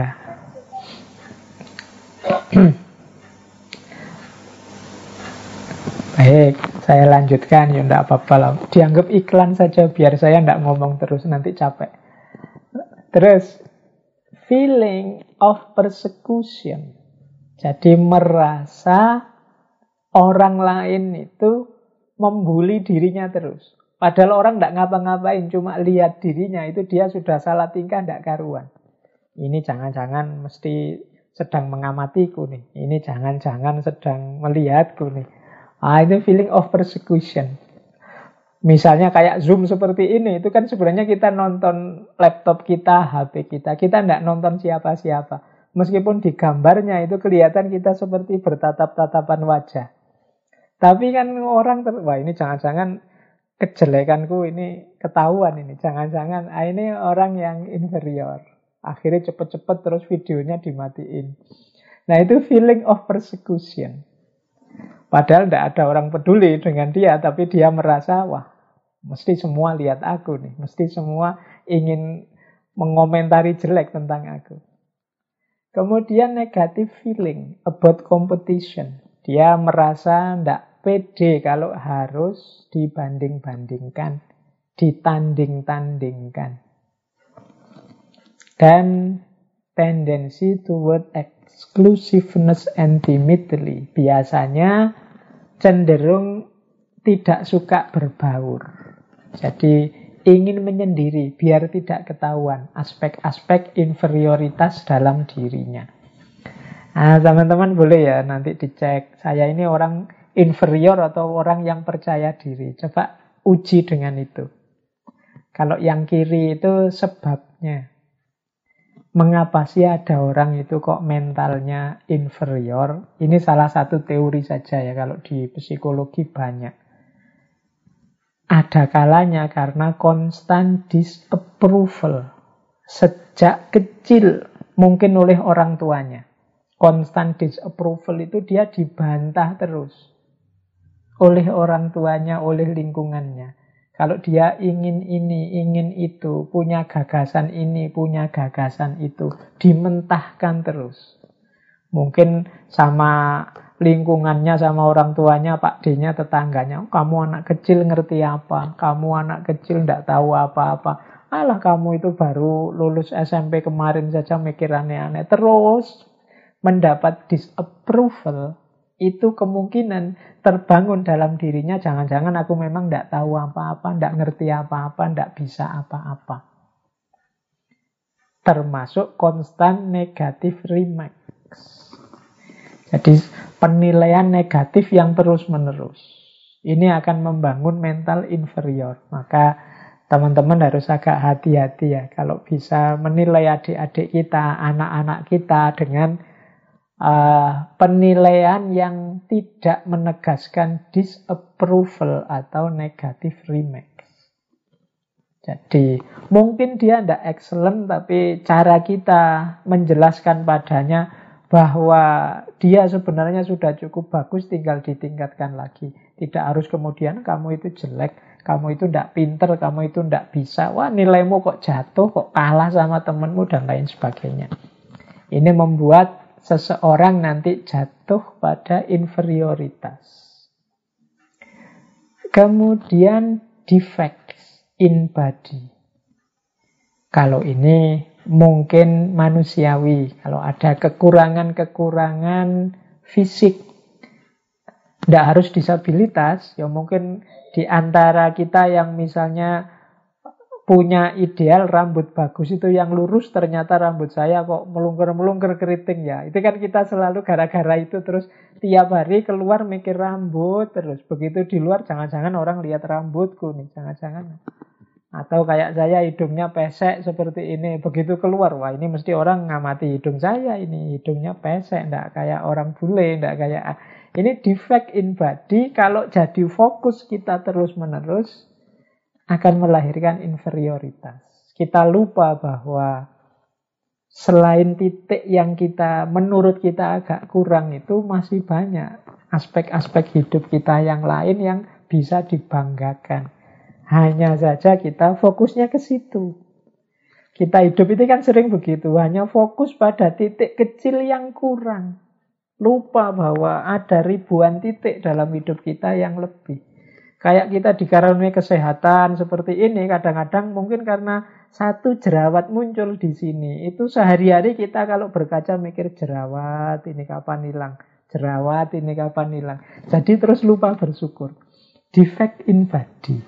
Baik, saya lanjutkan. Ya enggak apa-apa lah. Dianggap iklan saja biar saya enggak ngomong terus, nanti capek. Terus, feeling of persecution. Jadi merasa orang lain itu membuli dirinya terus. Padahal orang tidak ngapa-ngapain, cuma lihat dirinya, itu dia sudah salah tingkah, tidak karuan. Ini jangan-jangan mesti sedang mengamatiku nih. Ini jangan-jangan sedang melihatku nih. Itu feeling of persecution. Misalnya kayak Zoom seperti ini, itu kan sebenarnya kita nonton laptop kita, HP kita. Kita tidak nonton siapa-siapa. Meskipun di gambarnya itu kelihatan kita seperti bertatap-tatapan wajah. Tapi kan orang, wah ini jangan-jangan kejelekanku ini ketahuan ini. Jangan-jangan ini orang yang inferior. Akhirnya cepet-cepet terus videonya dimatiin. Nah itu feeling of persecution. Padahal tidak ada orang peduli dengan dia, tapi dia merasa, wah mesti semua lihat aku nih. Mesti semua ingin mengomentari jelek tentang aku. Kemudian negative feeling about competition. Dia merasa tidak pede kalau harus dibanding-bandingkan, ditanding-tandingkan. Dan tendensi toward exclusiveness and timidity. Biasanya cenderung tidak suka berbaur. Jadi ingin menyendiri biar tidak ketahuan aspek-aspek inferioritas dalam dirinya. Nah, teman-teman boleh ya nanti dicek. Saya ini orang inferior atau orang yang percaya diri. Coba uji dengan itu. Kalau yang kiri itu sebabnya. Mengapa sih ada orang itu kok mentalnya inferior? Ini salah satu teori saja ya, kalau di psikologi banyak. Ada kalanya karena constant disapproval. Sejak kecil, mungkin oleh orang tuanya. Constant disapproval itu dia dibantah terus. Oleh orang tuanya, oleh lingkungannya. Kalau dia ingin ini, ingin itu, punya gagasan ini, punya gagasan itu, dimentahkan terus. Mungkin sama lingkungannya, sama orang tuanya, Pak D-nya, tetangganya, kamu anak kecil ngerti apa? Kamu anak kecil nggak tahu apa-apa. Alah kamu itu baru lulus SMP kemarin saja mikir aneh-aneh. Terus mendapat disapproval. Itu kemungkinan terbangun dalam dirinya, jangan-jangan aku memang tidak tahu apa-apa, tidak ngerti apa-apa, tidak bisa apa-apa. Termasuk constant negative remarks. Jadi penilaian negatif yang terus-menerus. Ini akan membangun mental inferior. Maka Teman-teman harus agak hati-hati ya kalau bisa menilai adik-adik kita, anak-anak kita dengan penilaian yang tidak menegaskan disapproval atau negative remarks. Jadi mungkin dia tidak excellent, tapi cara kita menjelaskan padanya bahwa dia sebenarnya sudah cukup bagus, tinggal ditingkatkan lagi. Tidak harus kemudian kamu itu jelek, kamu itu tidak pinter, kamu itu tidak bisa. Wah, nilaimu kok jatuh, kok kalah sama temanmu dan lain sebagainya. Ini membuat seseorang nanti jatuh pada inferioritas. Kemudian defects in body. Kalau ini mungkin manusiawi. Kalau ada kekurangan-kekurangan fisik, tidak harus disabilitas, ya mungkin di antara kita yang misalnya punya ideal rambut bagus itu yang lurus, ternyata rambut saya kok melungker-melungker keriting ya. Itu kan kita selalu gara-gara itu terus tiap hari keluar mikir rambut terus. Begitu di luar jangan-jangan orang lihat rambutku nih, jangan-jangan. Atau kayak saya hidungnya pesek seperti ini, begitu keluar, wah ini mesti orang ngamati hidung saya, ini hidungnya pesek, enggak kayak orang bule, enggak kayak... Ini defect in body, kalau jadi fokus kita terus-menerus akan melahirkan inferioritas. Kita lupa bahwa selain titik yang kita menurut kita agak kurang itu masih banyak aspek-aspek hidup kita yang lain yang bisa dibanggakan. Hanya saja kita fokusnya ke situ. Kita hidup itu kan sering begitu, hanya fokus pada titik kecil yang kurang. Lupa bahwa ada ribuan titik dalam hidup kita yang lebih. Kayak kita dikaruniai kesehatan seperti ini, kadang-kadang mungkin karena satu jerawat muncul di sini. Itu sehari-hari kita kalau berkaca mikir jerawat ini kapan hilang, jerawat ini kapan hilang. Jadi terus lupa bersyukur. Defect in body.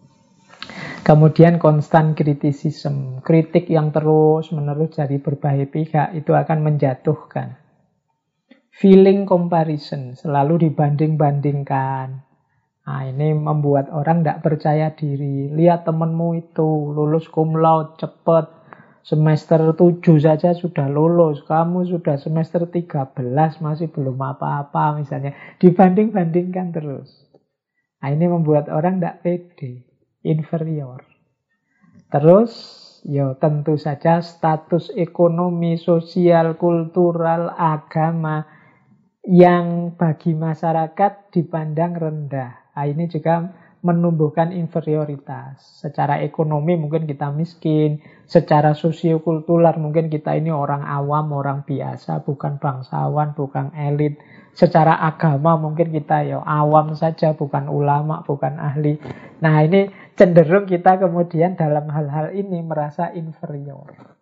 Kemudian constant criticism, kritik yang terus-menerus dari berbagai pihak itu akan menjatuhkan. Feeling comparison, selalu dibanding-bandingkan. Nah, ini membuat orang tidak percaya diri. Lihat temanmu itu lulus cum laude cepet, semester 7 saja sudah lulus, kamu sudah semester 13 masih belum apa-apa misalnya. Dibanding-bandingkan terus. Nah, ini membuat orang tidak pede, inferior. Terus, ya tentu saja status ekonomi, sosial, kultural, agama yang bagi masyarakat dipandang rendah. Nah, ini juga menumbuhkan inferioritas. Secara ekonomi mungkin kita miskin, secara sosiokultural mungkin kita ini orang awam, orang biasa, bukan bangsawan, bukan elit. Secara agama mungkin kita ya awam saja, bukan ulama, bukan ahli. Nah, ini cenderung kita kemudian dalam hal-hal ini merasa inferior.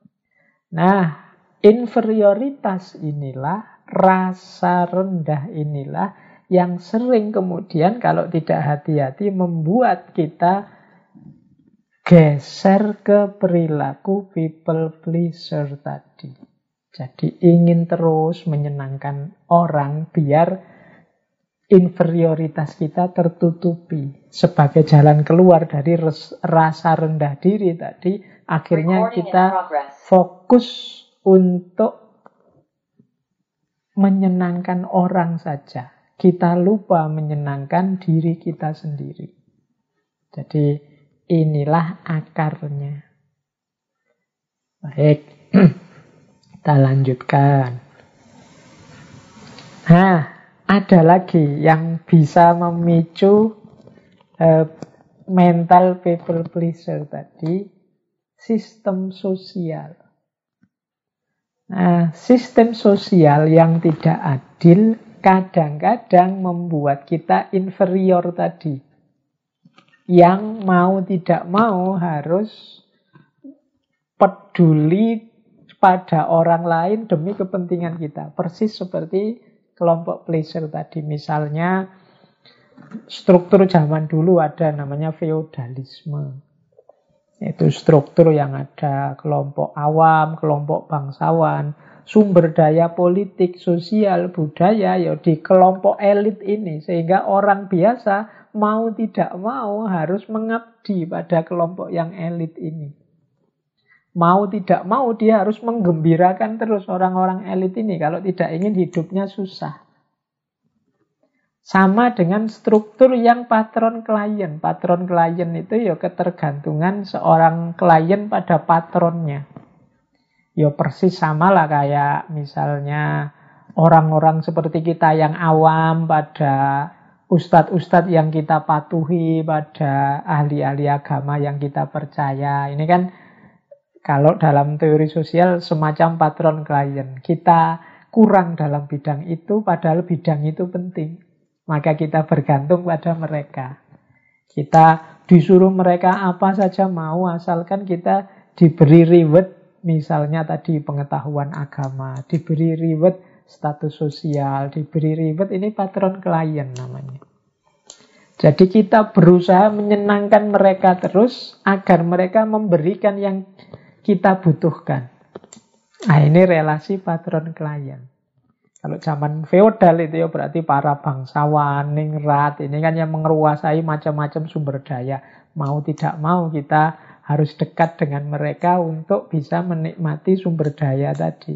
Nah, inferioritas inilah, rasa rendah inilah yang sering kemudian kalau tidak hati-hati membuat kita geser ke perilaku people pleaser tadi. Jadi ingin terus menyenangkan orang biar inferioritas kita tertutupi. Sebagai jalan keluar dari rasa rendah diri tadi, akhirnya kita fokus untuk menyenangkan orang saja. Kita lupa menyenangkan diri kita sendiri. Jadi inilah akarnya. Baik, kita lanjutkan. Nah, ada lagi yang bisa memicu mental people pleaser tadi, sistem sosial. Nah, sistem sosial yang tidak adil kadang-kadang membuat kita inferior tadi. Yang mau tidak mau harus peduli pada orang lain demi kepentingan kita. Persis seperti kelompok pleaser tadi. Misalnya struktur zaman dulu ada namanya feodalisme. Itu struktur yang ada kelompok awam, kelompok bangsawan. Sumber daya politik, sosial, budaya ya di kelompok elit ini. Sehingga orang biasa mau tidak mau harus mengabdi pada kelompok yang elit ini. Mau tidak mau dia harus menggembirakan terus orang-orang elit ini. Kalau tidak ingin hidupnya susah. Sama dengan struktur yang patron klien. Patron klien itu ya ketergantungan seorang klien pada patronnya. Ya persis sama lah kayak misalnya orang-orang seperti kita yang awam pada ustadz-ustadz yang kita patuhi, pada ahli-ahli agama yang kita percaya. Ini kan kalau dalam teori sosial semacam patron klien. Kita kurang dalam bidang itu padahal bidang itu penting. Maka kita bergantung pada mereka. Kita disuruh mereka apa saja mau asalkan kita diberi reward. Misalnya tadi pengetahuan agama, diberi reward status sosial, diberi reward, ini patron klien namanya. Jadi kita berusaha menyenangkan mereka terus agar mereka memberikan yang kita butuhkan. Nah, ini relasi patron klien. Kalau zaman feodal itu ya berarti para bangsawan, ningrat, ini kan yang menguasai macam-macam sumber daya. Mau tidak mau kita harus dekat dengan mereka untuk bisa menikmati sumber daya tadi.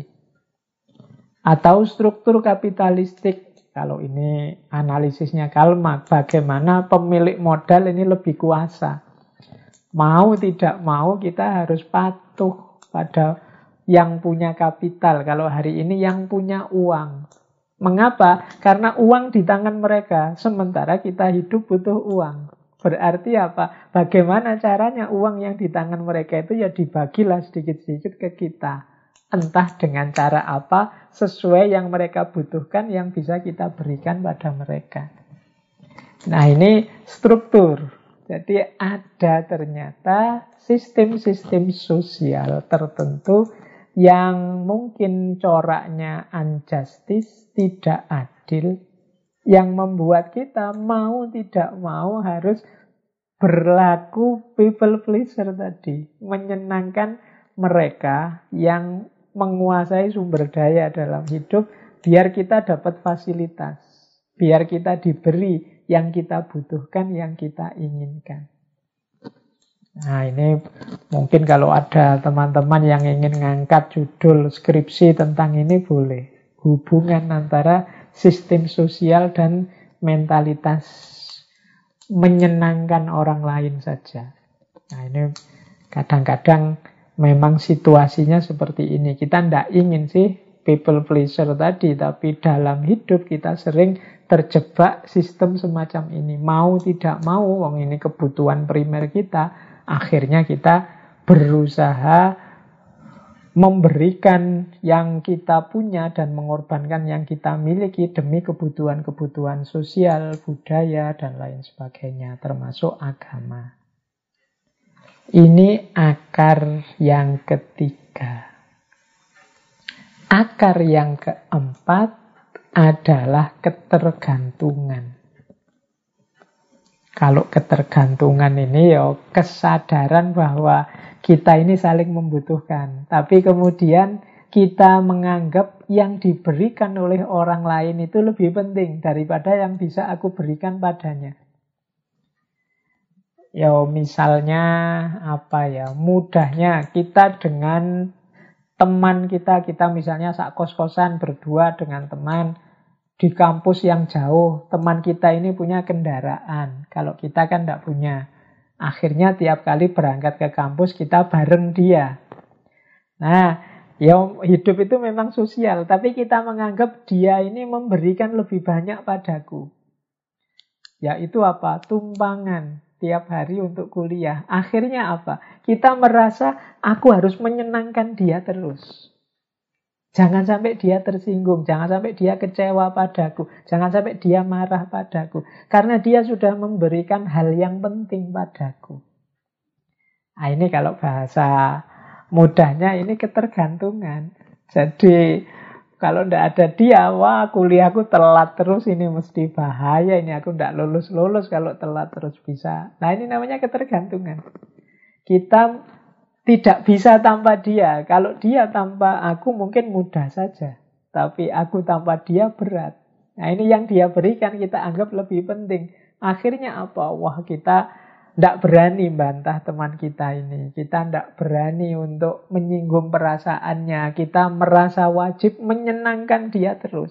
Atau struktur kapitalistik. Kalau ini analisisnya Karl Marx, bagaimana pemilik modal ini lebih kuasa. Mau tidak mau kita harus patuh pada yang punya kapital. Kalau hari ini yang punya uang. Mengapa? Karena uang di tangan mereka. Sementara kita hidup butuh uang. Berarti apa? Bagaimana caranya uang yang di tangan mereka itu ya dibagilah sedikit-sedikit ke kita. Entah dengan cara apa, sesuai yang mereka butuhkan, yang bisa kita berikan pada mereka. Nah, ini struktur. Jadi ada ternyata sistem-sistem sosial tertentu yang mungkin coraknya unjustice, tidak adil, yang membuat kita mau tidak mau harus berlaku people pleaser tadi, menyenangkan mereka yang menguasai sumber daya dalam hidup, biar kita dapat fasilitas, biar kita diberi yang kita butuhkan, yang kita inginkan. Nah, ini mungkin kalau ada teman-teman yang ingin ngangkat judul skripsi tentang ini boleh. Hubungan antara sistem sosial dan mentalitas menyenangkan orang lain saja. Nah, ini kadang-kadang memang situasinya seperti ini. Kita tidak ingin sih people pleaser tadi, tapi dalam hidup kita sering terjebak sistem semacam ini. Mau tidak mau, wong ini kebutuhan primer kita. Akhirnya kita berusaha memberikan yang kita punya dan mengorbankan yang kita miliki demi kebutuhan-kebutuhan sosial, budaya, dan lain sebagainya, termasuk agama. Ini akar yang ketiga. Akar yang keempat adalah ketergantungan. Kalau ketergantungan ini ya kesadaran bahwa kita ini saling membutuhkan. Tapi kemudian kita menganggap yang diberikan oleh orang lain itu lebih penting daripada yang bisa aku berikan padanya. Ya misalnya apa ya, mudahnya kita dengan teman kita misalnya sak kos-kosan berdua dengan teman di kampus yang jauh, teman kita ini punya kendaraan. Kalau kita kan tidak punya. Akhirnya tiap kali berangkat ke kampus kita bareng dia. Nah, ya hidup itu memang sosial, tapi kita menganggap dia ini memberikan lebih banyak padaku. Yaitu apa? Tumpangan tiap hari untuk kuliah. Akhirnya apa? Kita merasa aku harus menyenangkan dia terus. Jangan sampai dia tersinggung, jangan sampai dia kecewa padaku, jangan sampai dia marah padaku. Karena dia sudah memberikan hal yang penting padaku. Nah, ini kalau bahasa mudahnya ini ketergantungan. Jadi kalau tidak ada dia, wah kuliahku telat terus, ini mesti bahaya, ini aku tidak lulus-lulus kalau telat terus bisa. Nah, ini namanya ketergantungan. Kita tidak bisa tanpa dia. Kalau dia tanpa aku mungkin mudah saja. Tapi aku tanpa dia berat. Nah, ini yang dia berikan kita anggap lebih penting Akhirnya apa? Wah, kita tidak berani bantah teman kita ini. Kita tidak berani untuk menyinggung perasaannya. Kita merasa wajib menyenangkan dia terus.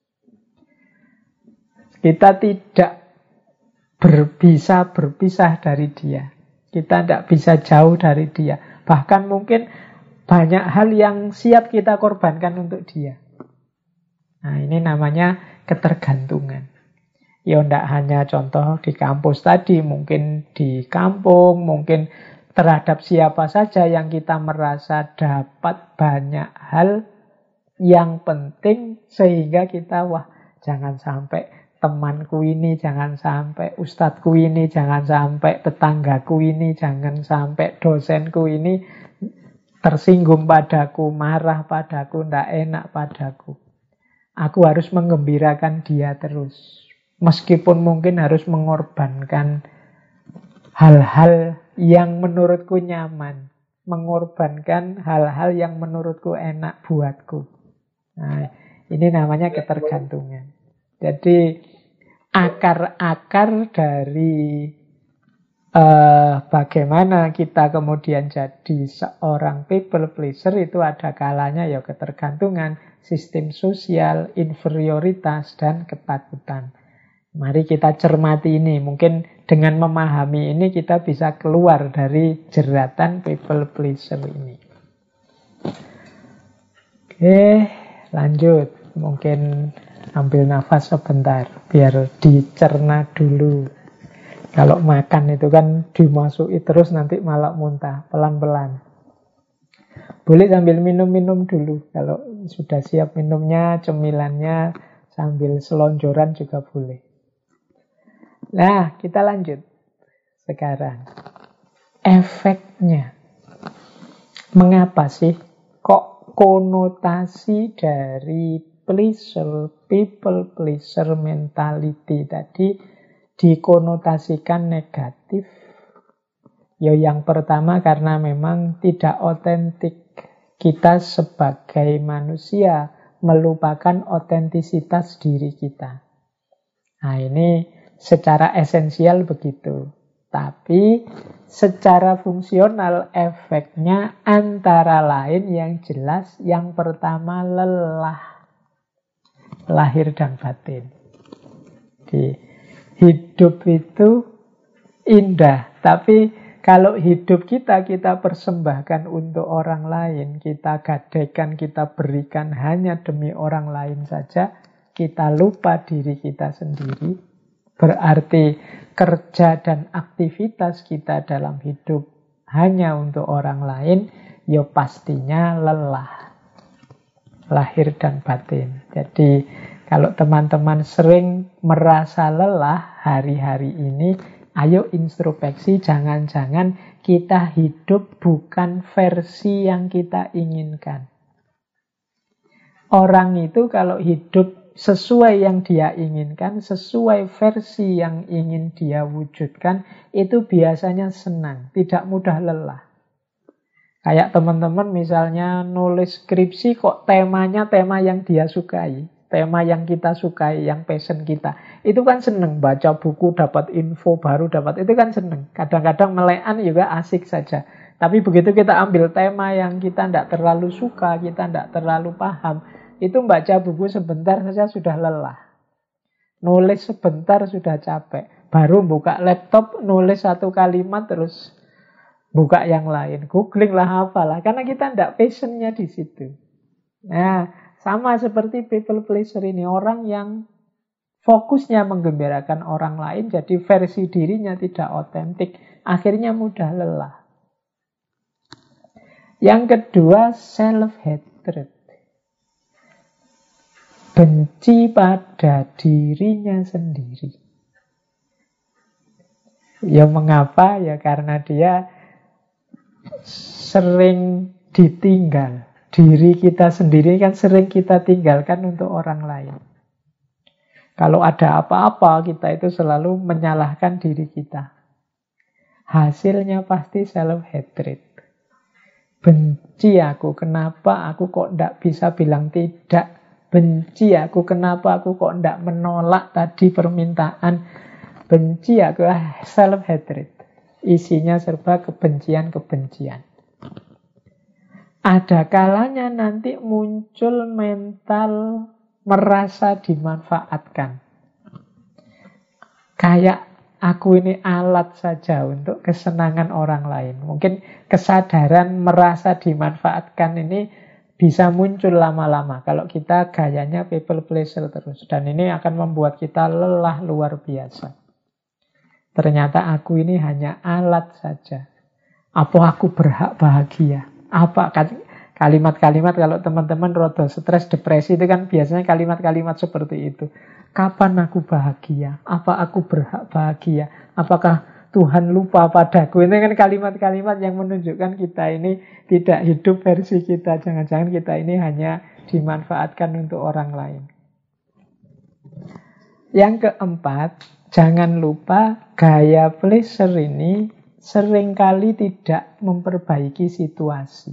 Kita tidak bisa berpisah dari dia. Kita tidak bisa jauh dari dia. Bahkan mungkin banyak hal yang siap kita korbankan untuk dia. Nah, ini namanya ketergantungan. Ya, tidak hanya contoh di kampus tadi, mungkin di kampung, mungkin terhadap siapa saja yang kita merasa dapat banyak hal yang penting sehingga kita, wah, jangan sampai temanku ini, jangan sampai ustadku ini, jangan sampai tetanggaku ini, jangan sampai dosenku ini tersinggung padaku, marah padaku, tidak enak padaku. Aku harus menggembirakan dia terus. Meskipun mungkin harus mengorbankan hal-hal yang menurutku nyaman. Mengorbankan hal-hal yang menurutku enak buatku. Nah, ini namanya ketergantungan. Jadi akar-akar dari bagaimana kita kemudian jadi seorang people pleaser itu ada kalanya ya ketergantungan, sistem sosial, inferioritas, dan ketakutan. Mari kita cermati ini. Mungkin dengan memahami ini kita bisa keluar dari jeratan people pleaser ini. Oke, lanjut. Mungkin ambil nafas sebentar biar dicerna dulu. Kalau makan itu kan dimasuki terus nanti malah muntah. Pelan-pelan. Boleh sambil minum-minum dulu. Kalau sudah siap minumnya, cemilannya, sambil selonjoran juga boleh. Nah, kita lanjut sekarang. Efeknya. Mengapa sih kok konotasi dari people pleaser mentality tadi dikonotasikan negatif? Ya, yang pertama karena memang tidak otentik. Kita sebagai manusia melupakan otentisitas diri kita. Nah, ini secara esensial begitu. Tapi secara fungsional efeknya antara lain yang jelas. Yang pertama lelah. Lahir dan batin. Di hidup itu indah. Tapi kalau hidup kita persembahkan untuk orang lain. Kita gadaikan, kita berikan hanya demi orang lain saja. Kita lupa diri kita sendiri. Berarti kerja dan aktivitas kita dalam hidup hanya untuk orang lain, ya pastinya lelah. Lahir dan batin. Jadi kalau teman-teman sering merasa lelah hari-hari ini, ayo introspeksi, jangan-jangan kita hidup bukan versi yang kita inginkan. Orang itu kalau hidup sesuai yang dia inginkan, sesuai versi yang ingin dia wujudkan, itu biasanya senang, tidak mudah lelah. Kayak teman-teman misalnya nulis skripsi kok temanya tema yang dia sukai, tema yang kita sukai, yang passion kita. Itu kan senang, baca buku, dapat info baru, itu kan senang. Kadang-kadang melekan juga asik saja. Tapi begitu kita ambil tema yang kita tidak terlalu suka, kita tidak terlalu paham, itu baca buku sebentar saja sudah lelah. Nulis sebentar sudah capek. Baru buka laptop, nulis satu kalimat, terus buka yang lain. Googling lah, apalah. Karena kita tidak passionnya di situ. Nah, sama seperti people pleaser ini. Orang yang fokusnya menggembirakan orang lain, jadi versi dirinya tidak otentik. Akhirnya mudah lelah. Yang kedua, self-hatred. Benci pada dirinya sendiri. Ya mengapa? Ya karena dia sering ditinggal. Diri kita sendiri kan sering kita tinggalkan untuk orang lain. Kalau ada apa-apa, kita itu selalu menyalahkan diri kita. Hasilnya pasti self-hatred. Benci aku, kenapa aku kok tidak bisa bilang tidak. Benci aku, kenapa aku kok tidak menolak tadi permintaan benci aku, self-hatred. Isinya serba kebencian-kebencian. Ada kalanya nanti muncul mental merasa dimanfaatkan. Kayak aku ini alat saja untuk kesenangan orang lain. Mungkin kesadaran merasa dimanfaatkan ini bisa muncul lama-lama kalau kita gayanya people pleaser terus. Dan ini akan membuat kita lelah luar biasa. Ternyata aku ini hanya alat saja. Apa aku berhak bahagia? Apa kalimat-kalimat kalau teman-teman rodo stres, depresi itu kan biasanya kalimat-kalimat seperti itu. Kapan aku bahagia? Apa aku berhak bahagia? Apakah Tuhan lupa padaku? Ini kan kalimat-kalimat yang menunjukkan kita ini tidak hidup versi kita. Jangan-jangan kita ini hanya dimanfaatkan untuk orang lain. Yang keempat, jangan lupa gaya pleasure ini seringkali tidak memperbaiki situasi.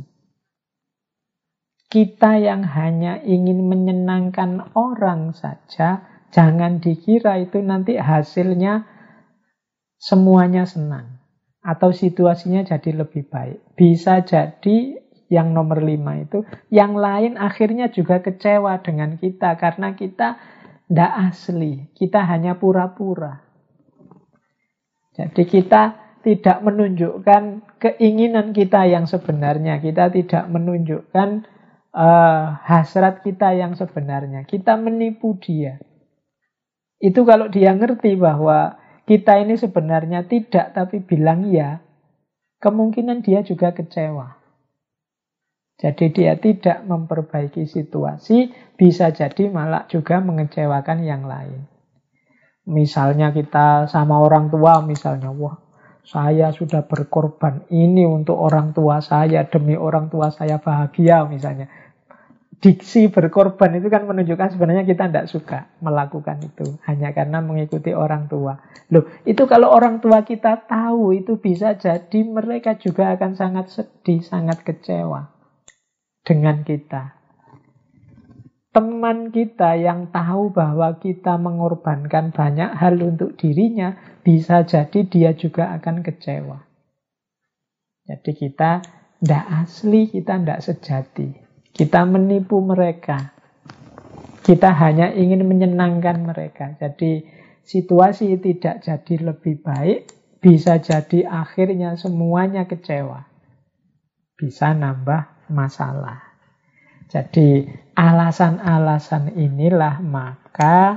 Kita yang hanya ingin menyenangkan orang saja, jangan dikira itu nanti hasilnya semuanya senang. Atau situasinya jadi lebih baik. Bisa jadi yang nomor 5 itu, yang lain akhirnya juga kecewa dengan kita. Karena kita tidak asli, kita hanya pura-pura. Jadi kita tidak menunjukkan keinginan kita yang sebenarnya. Kita tidak menunjukkan hasrat kita yang sebenarnya. Kita menipu dia. Itu kalau dia ngerti bahwa kita ini sebenarnya tidak, tapi bilang ya, kemungkinan dia juga kecewa. Jadi dia tidak memperbaiki situasi, bisa jadi malah juga mengecewakan yang lain. Misalnya kita sama orang tua, misalnya, wah, saya sudah berkorban ini untuk orang tua saya, demi orang tua saya bahagia misalnya. Diksi berkorban itu kan menunjukkan sebenarnya kita tidak suka melakukan itu. Hanya karena mengikuti orang tua. Loh, itu kalau orang tua kita tahu, itu bisa jadi mereka juga akan sangat sedih, sangat kecewa dengan kita. Teman kita yang tahu bahwa kita mengorbankan banyak hal untuk dirinya, bisa jadi dia juga akan kecewa. Jadi kita tidak asli, kita tidak sejati. Kita menipu mereka. Kita hanya ingin menyenangkan mereka. Jadi situasi tidak jadi lebih baik, bisa jadi akhirnya semuanya kecewa. Bisa nambah masalah. Jadi alasan-alasan inilah maka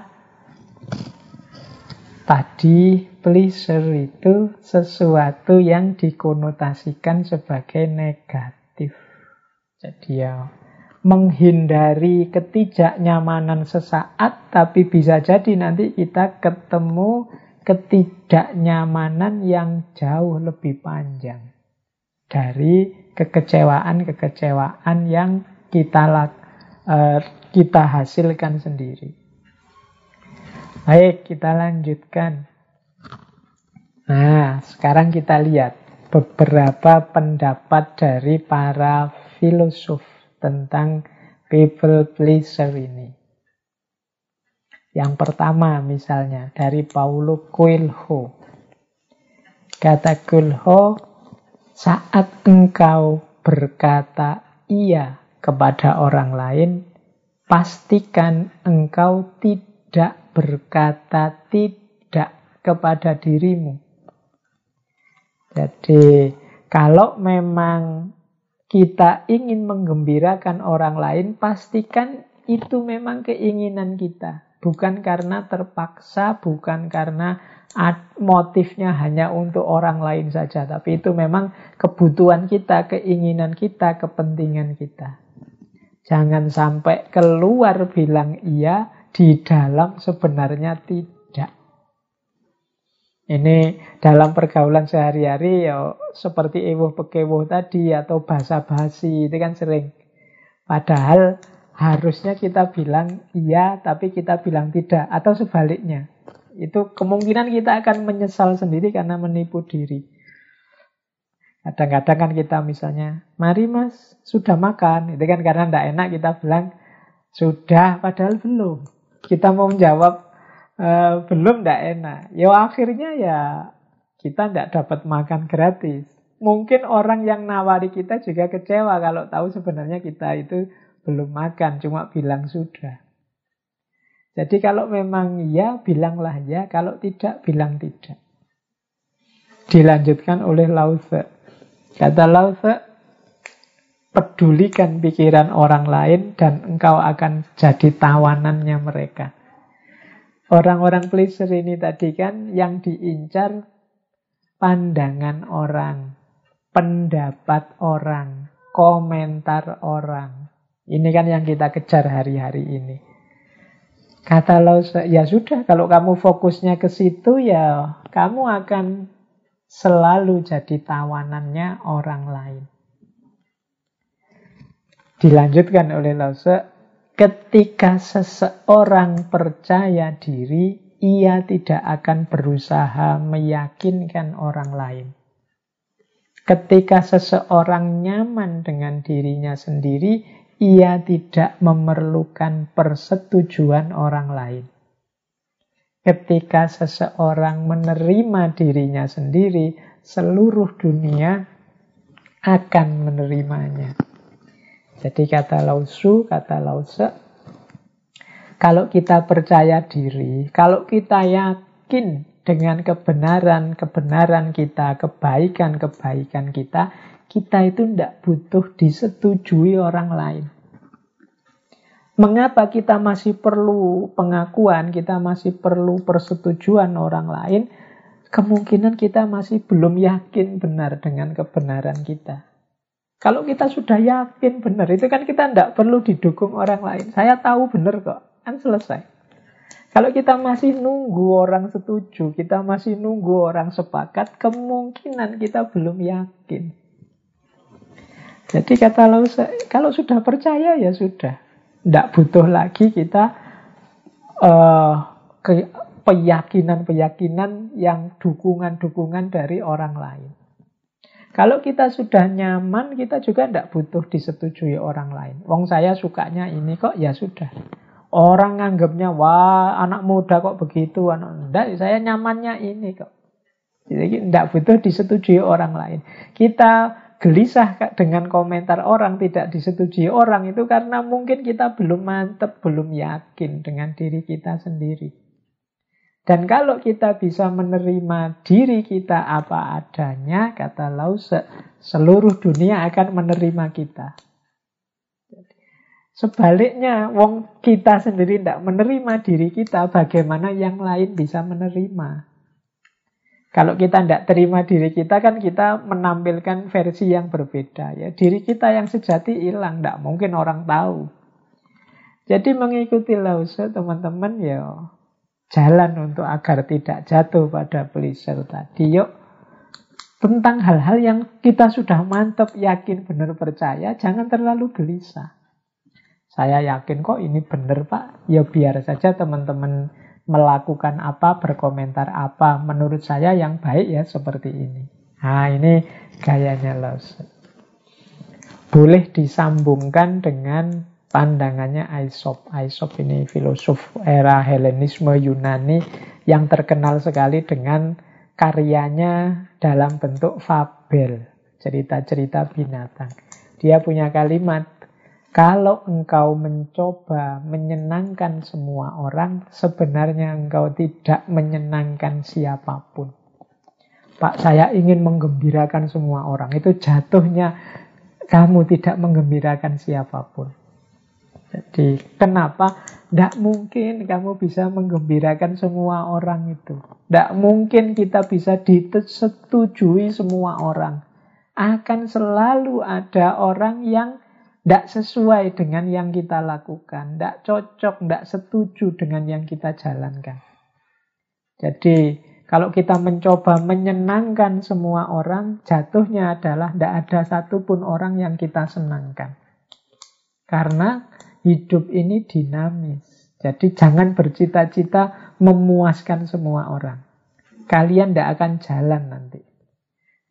tadi pleasure itu sesuatu yang dikonotasikan sebagai negatif. Jadi ya menghindari ketidaknyamanan sesaat, tapi bisa jadi nanti kita ketemu ketidaknyamanan yang jauh lebih panjang dari kekecewaan-kekecewaan yang kita hasilkan sendiri. Baik, kita lanjutkan. Nah, sekarang kita lihat beberapa pendapat dari para filosof tentang people pleaser ini. Yang pertama misalnya dari Paulo Coelho. Kata Coelho, saat engkau berkata iya kepada orang lain, pastikan engkau tidak berkata tidak kepada dirimu. Jadi kalau memang kita ingin menggembirakan orang lain, pastikan itu memang keinginan kita. Bukan karena terpaksa, bukan karena motifnya hanya untuk orang lain saja. Tapi itu memang kebutuhan kita, keinginan kita, kepentingan kita. Jangan sampai keluar bilang iya, di dalam sebenarnya tidak. Ini dalam pergaulan sehari-hari ya seperti ewuh pekewuh tadi atau basa-basi itu kan sering. Padahal harusnya kita bilang iya tapi kita bilang tidak atau sebaliknya. Itu kemungkinan kita akan menyesal sendiri karena menipu diri. Kadang-kadang kan kita misalnya, mari mas, sudah makan. Itu kan karena tidak enak kita bilang sudah padahal belum. Kita mau menjawab belum tidak enak. Ya akhirnya ya kita tidak dapat makan gratis. Mungkin orang yang nawari kita juga kecewa kalau tahu sebenarnya kita itu belum makan, cuma bilang sudah. Jadi kalau memang ya, bilanglah ya. Kalau tidak, bilang tidak. Dilanjutkan oleh Lao Tse. Kata Lao Tse, pedulikan pikiran orang lain dan engkau akan jadi tawanannya mereka. Orang-orang pleaser ini tadi kan yang diincar pandangan orang, pendapat orang, komentar orang. Ini kan yang kita kejar hari-hari ini. Kata Lao Tse, ya sudah, kalau kamu fokusnya ke situ, ya kamu akan selalu jadi tawanannya orang lain. Dilanjutkan oleh Lao Tse, ketika seseorang percaya diri, ia tidak akan berusaha meyakinkan orang lain. Ketika seseorang nyaman dengan dirinya sendiri, ia tidak memerlukan persetujuan orang lain. Ketika seseorang menerima dirinya sendiri, seluruh dunia akan menerimanya. Jadi kata Lao Tse, kalau kita percaya diri, kalau kita yakin dengan kebenaran kita, kebaikan kita itu tidak butuh disetujui orang lain. Mengapa kita masih perlu pengakuan, kita masih perlu persetujuan orang lain? Kemungkinan kita masih belum yakin benar dengan kebenaran kita. Kalau kita sudah yakin benar, itu kan kita tidak perlu didukung orang lain. Saya tahu benar kok, kan selesai. Kalau kita masih nunggu orang setuju, kita masih nunggu orang sepakat, kemungkinan kita belum yakin. Jadi kata Lao Tse, kalau sudah percaya ya sudah. Tidak butuh lagi kita keyakinan-keyakinan yang dukungan-dukungan dari orang lain. Kalau kita sudah nyaman, kita juga tidak butuh disetujui orang lain. Wong saya sukanya ini kok, ya sudah. Orang nganggapnya, wah anak muda kok begitu. Enggak, saya nyamannya ini kok. Jadi tidak butuh disetujui orang lain. Kita gelisah dengan komentar orang, tidak disetujui orang, itu karena mungkin kita belum mantap, belum yakin dengan diri kita sendiri. Dan kalau kita bisa menerima diri kita apa adanya, kata Lao Tse, seluruh dunia akan menerima kita. Sebaliknya, wong kita sendiri tidak menerima diri kita, bagaimana yang lain bisa menerima? Kalau kita tidak terima diri kita, kan kita menampilkan versi yang berbeda. Ya, diri kita yang sejati hilang, tidak mungkin orang tahu. Jadi mengikuti Lao Tse, teman-teman, ya jalan untuk agar tidak jatuh pada pleaser tadi. Yuk, tentang hal-hal yang kita sudah mantap, yakin, benar, percaya, jangan terlalu gelisah. Saya yakin kok ini benar Pak, ya biar saja teman-teman melakukan apa, berkomentar apa. Menurut saya yang baik ya seperti ini. Nah, ini gayanya Lao Tse. Boleh disambungkan dengan pandangannya Aesop. Aesop ini filosof era Helenisme Yunani yang terkenal sekali dengan karyanya dalam bentuk fabel, cerita-cerita binatang. Dia punya kalimat, kalau engkau mencoba menyenangkan semua orang, sebenarnya engkau tidak menyenangkan siapapun. Pak, saya ingin menggembirakan semua orang. Itu jatuhnya kamu tidak menggembirakan siapapun. Jadi kenapa? Tidak mungkin kamu bisa menggembirakan semua orang itu. Tidak mungkin kita bisa disetujui semua orang. Akan selalu ada orang yang tidak sesuai dengan yang kita lakukan, tidak cocok, tidak setuju dengan yang kita jalankan. Jadi kalau kita mencoba menyenangkan semua orang, jatuhnya adalah tidak ada satupun orang yang kita senangkan. Karena hidup ini dinamis. Jadi jangan bercita-cita memuaskan semua orang. Kalian tidak akan jalan nanti.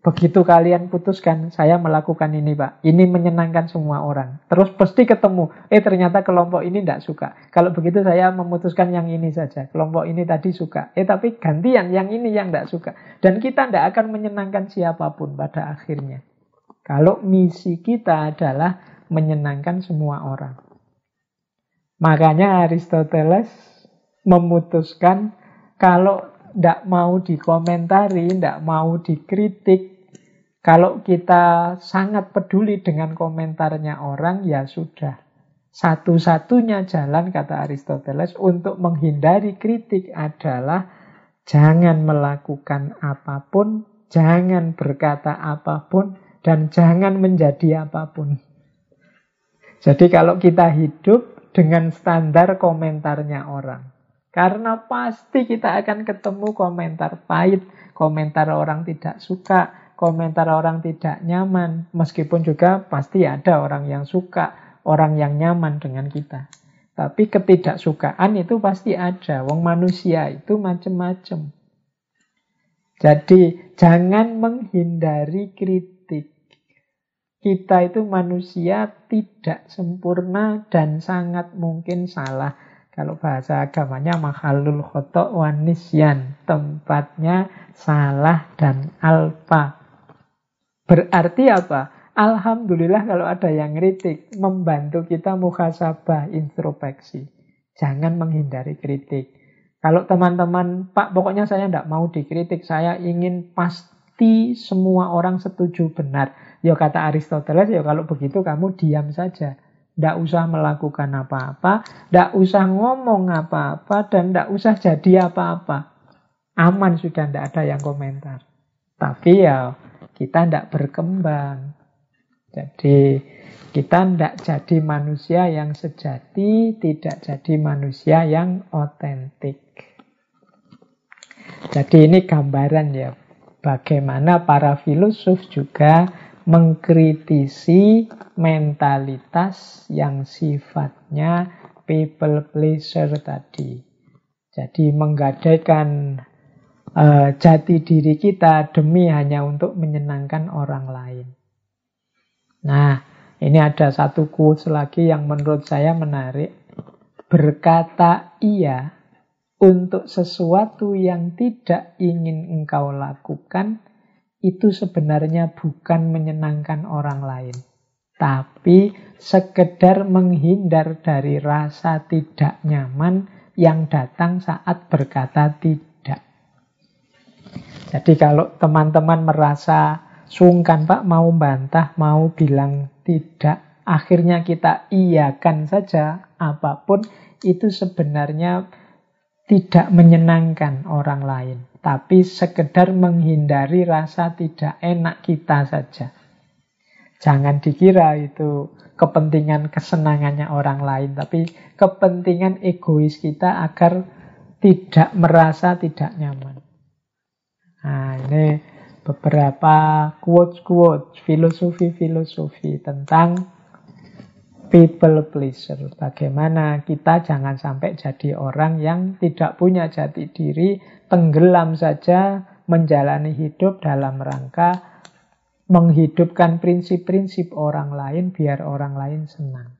Begitu kalian putuskan, saya melakukan ini Pak, ini menyenangkan semua orang. Terus pasti ketemu, ternyata kelompok ini tidak suka. Kalau begitu saya memutuskan yang ini saja. Kelompok ini tadi suka, tapi gantian yang ini yang tidak suka. Dan kita tidak akan menyenangkan siapapun pada akhirnya. Kalau misi kita adalah menyenangkan semua orang. Makanya Aristoteles memutuskan kalau tidak mau dikomentari, tidak mau dikritik, kalau kita sangat peduli dengan komentarnya orang, ya sudah. Satu-satunya jalan, kata Aristoteles, untuk menghindari kritik adalah jangan melakukan apapun, jangan berkata apapun, dan jangan menjadi apapun. Jadi kalau kita hidup dengan standar komentarnya orang, karena pasti kita akan ketemu komentar pahit, komentar orang tidak suka, komentar orang tidak nyaman. Meskipun juga pasti ada orang yang suka, orang yang nyaman dengan kita. Tapi ketidaksukaan itu pasti ada. Wong manusia itu macam-macam. Jadi jangan menghindari kritik. Kita itu manusia tidak sempurna dan sangat mungkin salah. Kalau bahasa agamanya mahalul khoto' wan nisyan, tempatnya salah dan alfa. Berarti apa? Alhamdulillah kalau ada yang kritik, membantu kita muhasabah, introspeksi. Jangan menghindari kritik. Kalau teman-teman, Pak, pokoknya saya tidak mau dikritik, saya ingin pasti semua orang setuju benar. Ya kata Aristoteles, ya kalau begitu kamu diam saja. Tidak usah melakukan apa-apa, tidak usah ngomong apa-apa, dan tidak usah jadi apa-apa. Aman sudah, tidak ada yang komentar. Tapi ya kita tidak berkembang. Jadi kita tidak jadi manusia yang sejati, tidak jadi manusia yang otentik. Jadi ini gambaran ya, bagaimana para filosof juga mengkritisi mentalitas yang sifatnya people pleaser tadi. Jadi menggadaikan jati diri kita demi hanya untuk menyenangkan orang lain. Nah, ini ada satu quotes lagi yang menurut saya menarik. Berkata iya untuk sesuatu yang tidak ingin engkau lakukan, itu sebenarnya bukan menyenangkan orang lain, tapi sekedar menghindar dari rasa tidak nyaman yang datang saat berkata tidak. Jadi kalau teman-teman merasa sungkan, Pak, mau bantah, mau bilang tidak, akhirnya kita iyakan saja apapun, itu sebenarnya tidak menyenangkan orang lain, tapi sekedar menghindari rasa tidak enak kita saja. Jangan dikira itu kepentingan kesenangannya orang lain, tapi kepentingan egois kita agar tidak merasa tidak nyaman. Nah, ini beberapa quotes-quotes, filosofi-filosofi tentang people pleaser. Bagaimana kita jangan sampai jadi orang yang tidak punya jati diri, tenggelam saja menjalani hidup dalam rangka menghidupkan prinsip-prinsip orang lain biar orang lain senang.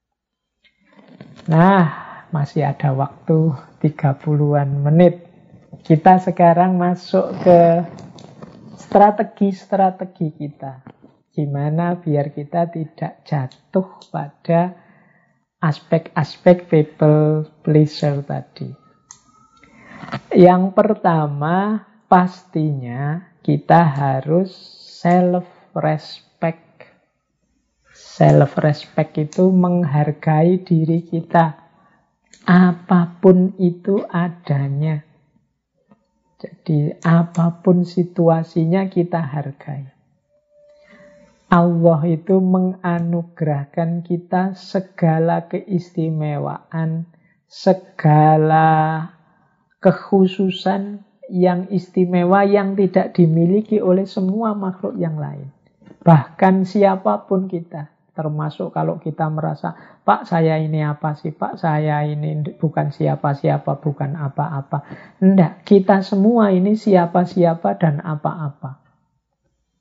Nah, masih ada waktu 30-an menit. Kita sekarang masuk ke strategi-strategi kita. Gimana biar kita tidak jatuh pada aspek-aspek people pleaser tadi. Yang pertama, pastinya kita harus self-respect. Self-respect itu menghargai diri kita. Apapun itu adanya. Jadi apapun situasinya kita hargai. Allah itu menganugerahkan kita segala keistimewaan, segala kekhususan yang istimewa yang tidak dimiliki oleh semua makhluk yang lain. Bahkan siapapun kita, termasuk kalau kita merasa, Pak saya ini apa sih, Pak saya ini bukan siapa-siapa, bukan apa-apa. Enggak, kita semua ini siapa-siapa dan apa-apa.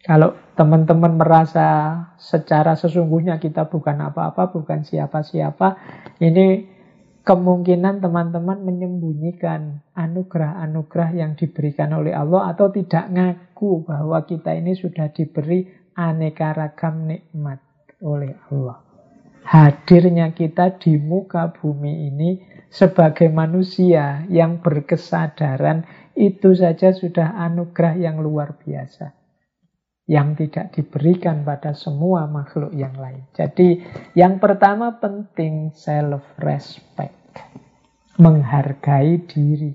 Kalau teman-teman merasa secara sesungguhnya kita bukan apa-apa, bukan siapa-siapa, ini kemungkinan teman-teman menyembunyikan anugerah-anugerah yang diberikan oleh Allah atau tidak ngaku bahwa kita ini sudah diberi aneka ragam nikmat oleh Allah. Hadirnya kita di muka bumi ini sebagai manusia yang berkesadaran itu saja sudah anugerah yang luar biasa, yang tidak diberikan pada semua makhluk yang lain. Jadi yang pertama penting self-respect, menghargai diri.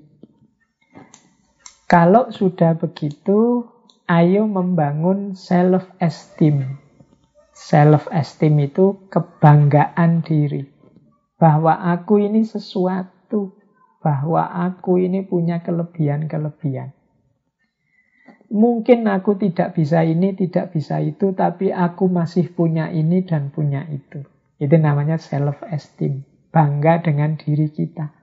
Kalau sudah begitu, ayo membangun self-esteem. Self-esteem itu kebanggaan diri, bahwa aku ini sesuatu, bahwa aku ini punya kelebihan-kelebihan. Mungkin aku tidak bisa ini, tidak bisa itu, tapi aku masih punya ini dan punya itu. Itu namanya self-esteem. Bangga dengan diri kita.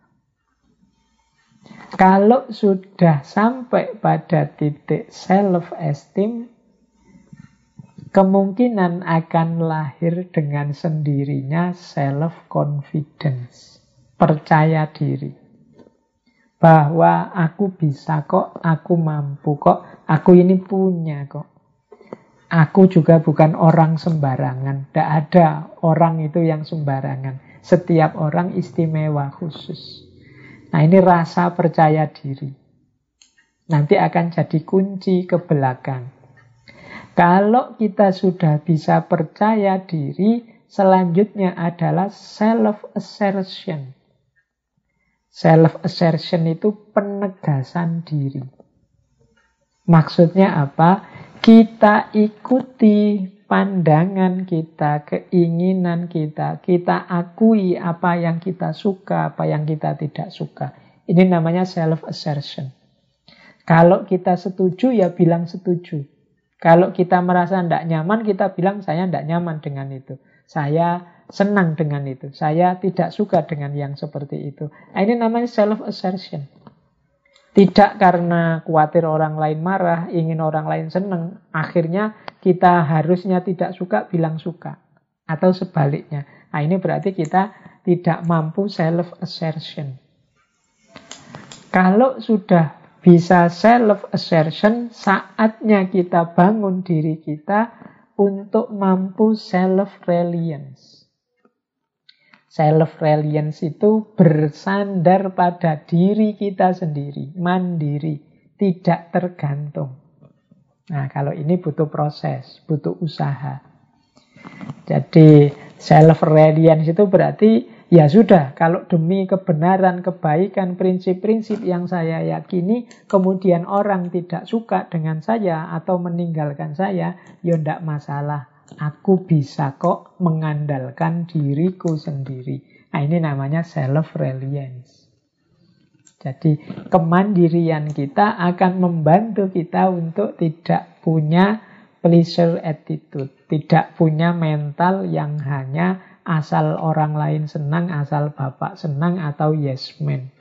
Kalau sudah sampai pada titik self-esteem, kemungkinan akan lahir dengan sendirinya self-confidence. Percaya diri. Bahwa aku bisa kok, aku mampu kok, aku ini punya kok. Aku juga bukan orang sembarangan. Tidak ada orang itu yang sembarangan. Setiap orang istimewa khusus. Nah, ini rasa percaya diri. Nanti akan jadi kunci ke belakang. Kalau kita sudah bisa percaya diri, selanjutnya adalah self-assertion. Self-assertion itu penegasan diri. Maksudnya apa? Kita ikuti pandangan kita, keinginan kita. Kita akui apa yang kita suka, apa yang kita tidak suka. Ini namanya self-assertion. Kalau kita setuju, ya bilang setuju. Kalau kita merasa tidak nyaman, kita bilang saya tidak nyaman dengan itu. Saya senang dengan itu. Saya tidak suka dengan yang seperti itu. Nah, ini namanya self-assertion. Tidak karena khawatir orang lain marah, ingin orang lain senang. Akhirnya kita harusnya tidak suka, bilang suka. Atau sebaliknya. Nah, ini berarti kita tidak mampu self-assertion. Kalau sudah bisa self-assertion, saatnya kita bangun diri kita untuk mampu self-reliance. Self-reliance itu bersandar pada diri kita sendiri, mandiri, tidak tergantung. Nah, kalau ini butuh proses, butuh usaha. Jadi self-reliance itu berarti ya sudah, kalau demi kebenaran, kebaikan, prinsip-prinsip yang saya yakini, kemudian orang tidak suka dengan saya atau meninggalkan saya, ya tidak masalah. Aku bisa kok mengandalkan diriku sendiri. Nah, ini namanya self-reliance. Jadi kemandirian kita akan membantu kita untuk tidak punya pleasure attitude. Tidak punya mental yang hanya asal orang lain senang, asal bapak senang, atau yes man.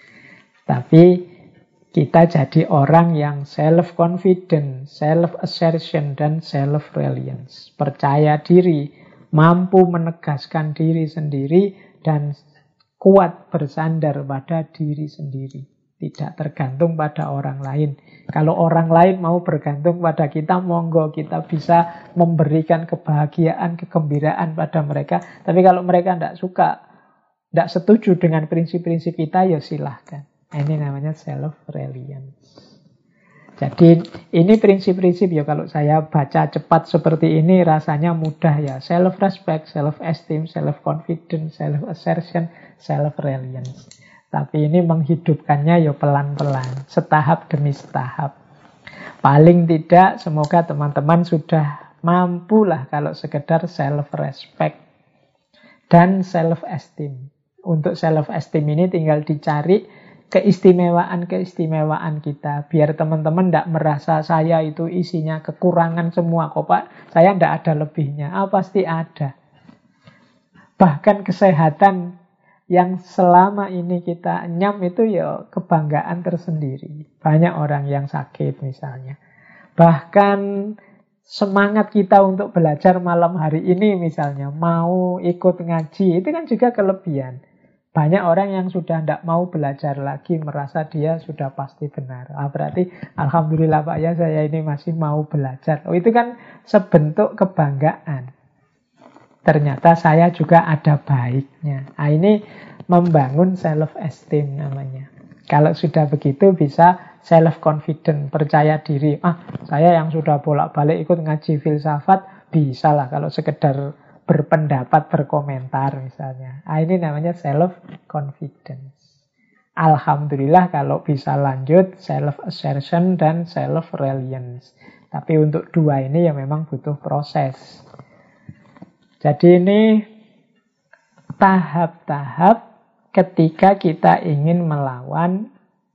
Tapi kita jadi orang yang self-confident, self-assertion, dan self-reliance. Percaya diri, mampu menegaskan diri sendiri, dan kuat bersandar pada diri sendiri. Tidak tergantung pada orang lain. Kalau orang lain mau bergantung pada kita, monggo, kita bisa memberikan kebahagiaan, kegembiraan pada mereka. Tapi kalau mereka tidak suka, tidak setuju dengan prinsip-prinsip kita, ya silahkan. Ini namanya self-reliance. Jadi ini prinsip-prinsip ya, kalau saya baca cepat seperti ini rasanya mudah ya. Self-respect, self-esteem, self-confidence, self-assertion, self-reliance. Tapi ini menghidupkannya ya pelan-pelan, setahap demi setahap. Paling tidak semoga teman-teman sudah mampulah kalau sekedar self-respect dan self-esteem. Untuk self-esteem ini tinggal dicari keistimewaan-keistimewaan kita. Biar teman-teman tidak merasa saya itu isinya kekurangan semua kok Pak. Saya tidak ada lebihnya. Pasti ada. Bahkan kesehatan yang selama ini kita enyam itu ya kebanggaan tersendiri. Banyak orang yang sakit misalnya. Bahkan semangat kita untuk belajar malam hari ini misalnya, mau ikut ngaji, itu kan juga kelebihan. Banyak orang yang sudah tidak mau belajar lagi, merasa dia sudah pasti benar. Berarti alhamdulillah Pak ya, saya ini masih mau belajar. Itu kan sebentuk kebanggaan. Ternyata saya juga ada baiknya. Ini membangun self-esteem namanya. Kalau sudah begitu bisa self-confident, percaya diri. Saya yang sudah bolak-balik ikut ngaji filsafat, bisa lah kalau sekedar berpendapat, berkomentar misalnya. Ini namanya self-confidence. Alhamdulillah kalau bisa lanjut self-assertion dan self-reliance. Tapi untuk dua ini ya memang butuh proses. Jadi ini tahap-tahap ketika kita ingin melawan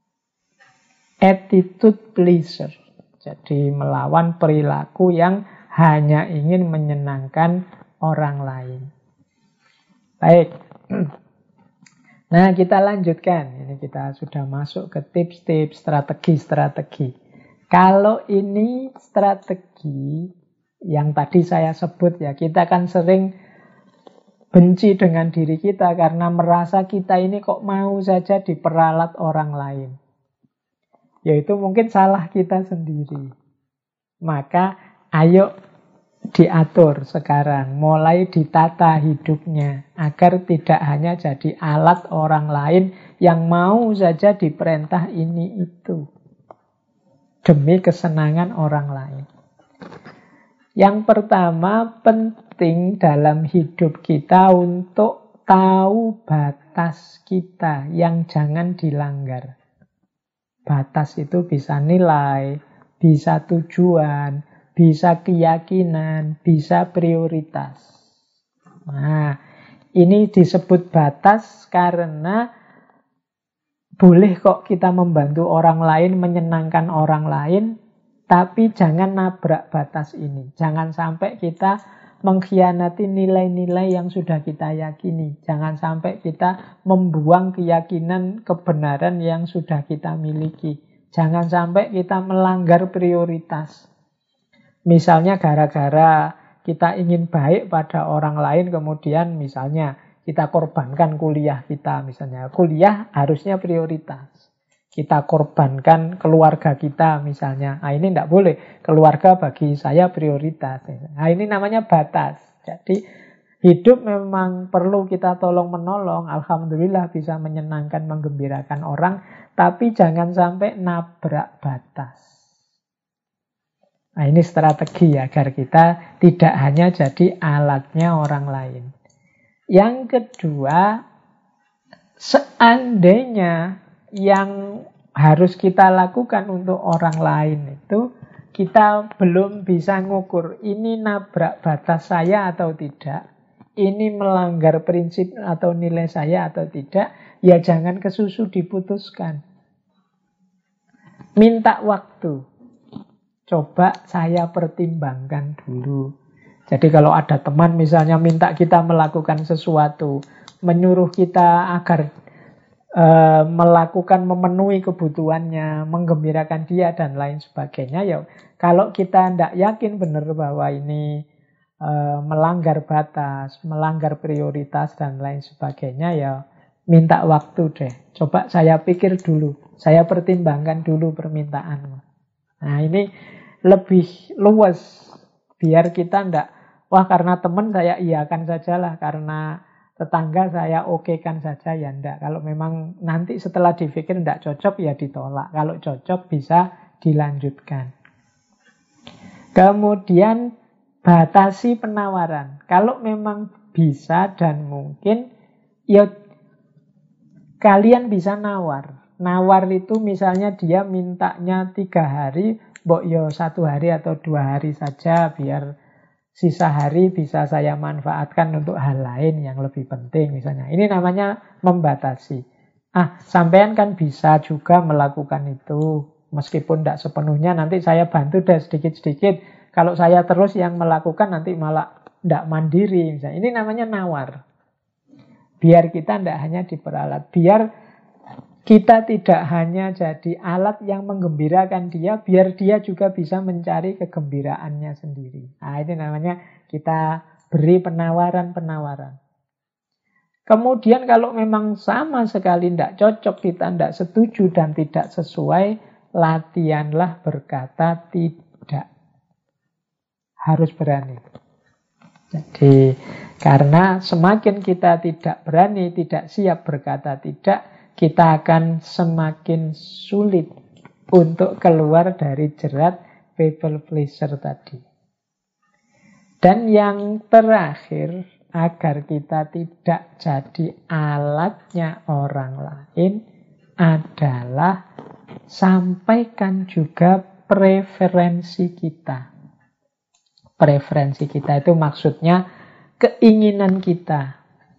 attitude pleaser. Jadi melawan perilaku yang hanya ingin menyenangkan orang lain. Baik. Nah, kita lanjutkan. Ini kita sudah masuk ke tips-tips, strategi-strategi. Kalau ini strategi yang tadi saya sebut ya, kita kan sering benci dengan diri kita karena merasa kita ini kok mau saja diperalat orang lain. Yaitu mungkin salah kita sendiri. Maka ayo diatur sekarang, mulai ditata hidupnya agar tidak hanya jadi alat orang lain yang mau saja diperintah ini itu demi kesenangan orang lain. Yang pertama, penting dalam hidup kita untuk tahu batas kita yang jangan dilanggar. Batas itu bisa nilai, bisa tujuan, bisa keyakinan, bisa prioritas. Nah, ini disebut batas karena boleh kok kita membantu orang lain, menyenangkan orang lain, tapi jangan nabrak batas ini. Jangan sampai kita mengkhianati nilai-nilai yang sudah kita yakini. Jangan sampai kita membuang keyakinan kebenaran yang sudah kita miliki. Jangan sampai kita melanggar prioritas. Misalnya gara-gara kita ingin baik pada orang lain, kemudian misalnya kita korbankan kuliah kita. Misalnya kuliah harusnya prioritas. Kita korbankan keluarga kita misalnya. Ini tidak boleh. Keluarga bagi saya prioritas. Ini namanya batas. Jadi hidup memang perlu kita tolong-menolong. Alhamdulillah bisa menyenangkan, menggembirakan orang. Tapi jangan sampai nabrak batas. Ini strategi agar kita tidak hanya jadi alatnya orang lain. Yang kedua, seandainya yang harus kita lakukan untuk orang lain itu kita belum bisa ngukur ini nabrak batas saya atau tidak, ini melanggar prinsip atau nilai saya atau tidak, ya jangan kesusu diputuskan. Minta waktu. Coba saya pertimbangkan dulu. Jadi kalau ada teman misalnya minta kita melakukan sesuatu, menyuruh kita agar melakukan, memenuhi kebutuhannya, menggembirakan dia dan lain sebagainya, ya kalau kita tidak yakin benar bahwa ini melanggar batas, melanggar prioritas dan lain sebagainya, ya minta waktu deh. Coba saya pikir dulu, saya pertimbangkan dulu permintaanmu. Nah ini lebih luas, biar kita tidak, wah karena teman saya iyakan sajalah, karena tetangga saya okekan saja, ya enggak. Kalau memang nanti setelah dipikir enggak cocok, ya ditolak. Kalau cocok bisa dilanjutkan. Kemudian batasi penawaran. Kalau memang bisa dan mungkin, ya kalian bisa nawar. Nawar itu misalnya dia mintanya 3 hari, mbok yo 1 hari atau 2 hari saja, biar sisa hari bisa saya manfaatkan untuk hal lain yang lebih penting misalnya. Ini namanya membatasi. Sampean kan bisa juga melakukan itu. Meskipun tidak sepenuhnya, nanti saya bantu deh sedikit-sedikit. Kalau saya terus yang melakukan nanti malah tidak mandiri. Misalnya. Ini namanya nawar. Biar kita tidak hanya diperalat. Biar Kita tidak hanya jadi alat yang menggembirakan dia, biar dia juga bisa mencari kegembiraannya sendiri. Nah, ini namanya kita beri penawaran-penawaran. Kemudian kalau memang sama sekali tidak cocok, kita tidak setuju dan tidak sesuai, latihanlah berkata tidak. Harus berani. Jadi, karena semakin kita tidak berani, tidak siap berkata tidak, kita akan semakin sulit untuk keluar dari jerat people pleaser tadi. Dan yang terakhir, agar kita tidak jadi alatnya orang lain, adalah sampaikan juga preferensi kita. Preferensi kita itu maksudnya keinginan kita.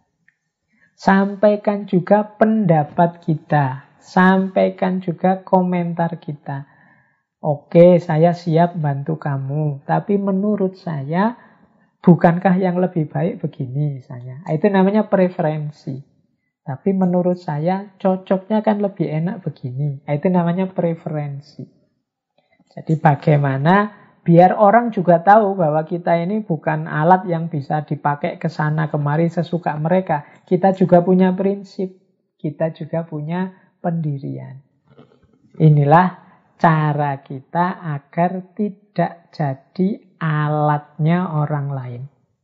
Sampaikan juga pendapat kita. Sampaikan juga komentar kita. Oke, saya siap bantu kamu. Tapi menurut saya, bukankah yang lebih baik begini misalnya. Itu namanya preferensi. Tapi menurut saya, cocoknya kan lebih enak begini. Itu namanya preferensi. Jadi bagaimana biar orang juga tahu bahwa kita ini bukan alat yang bisa dipakai ke sana kemari sesuka mereka. Kita juga punya prinsip. Kita juga punya pendirian. Inilah cara kita agar tidak jadi alatnya orang lain.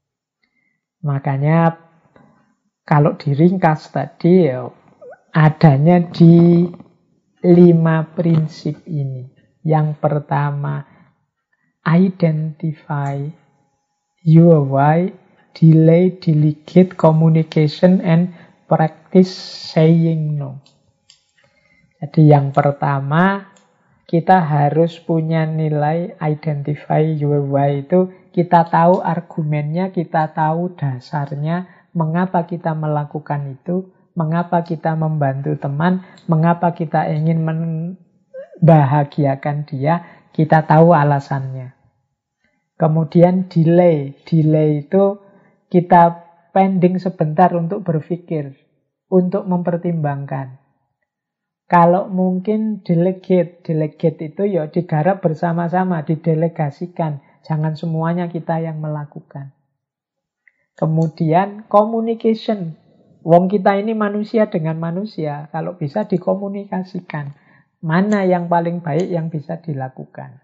Makanya kalau diringkas tadi ya, adanya di 5 prinsip ini. Yang pertama, identify your why, delay, delegate, communication, and practice saying no. Jadi yang pertama, kita harus punya nilai identify your why itu, kita tahu argumennya, kita tahu dasarnya, mengapa kita melakukan itu, mengapa kita membantu teman, mengapa kita ingin membahagiakan dia, kita tahu alasannya. Kemudian delay. Delay itu kita pending sebentar untuk berpikir, untuk mempertimbangkan. Kalau mungkin delegate. Delegate itu ya digarap bersama-sama, didelegasikan. Jangan semuanya kita yang melakukan. Kemudian communication. Wong kita ini manusia dengan manusia. Kalau bisa dikomunikasikan. Mana yang paling baik yang bisa dilakukan.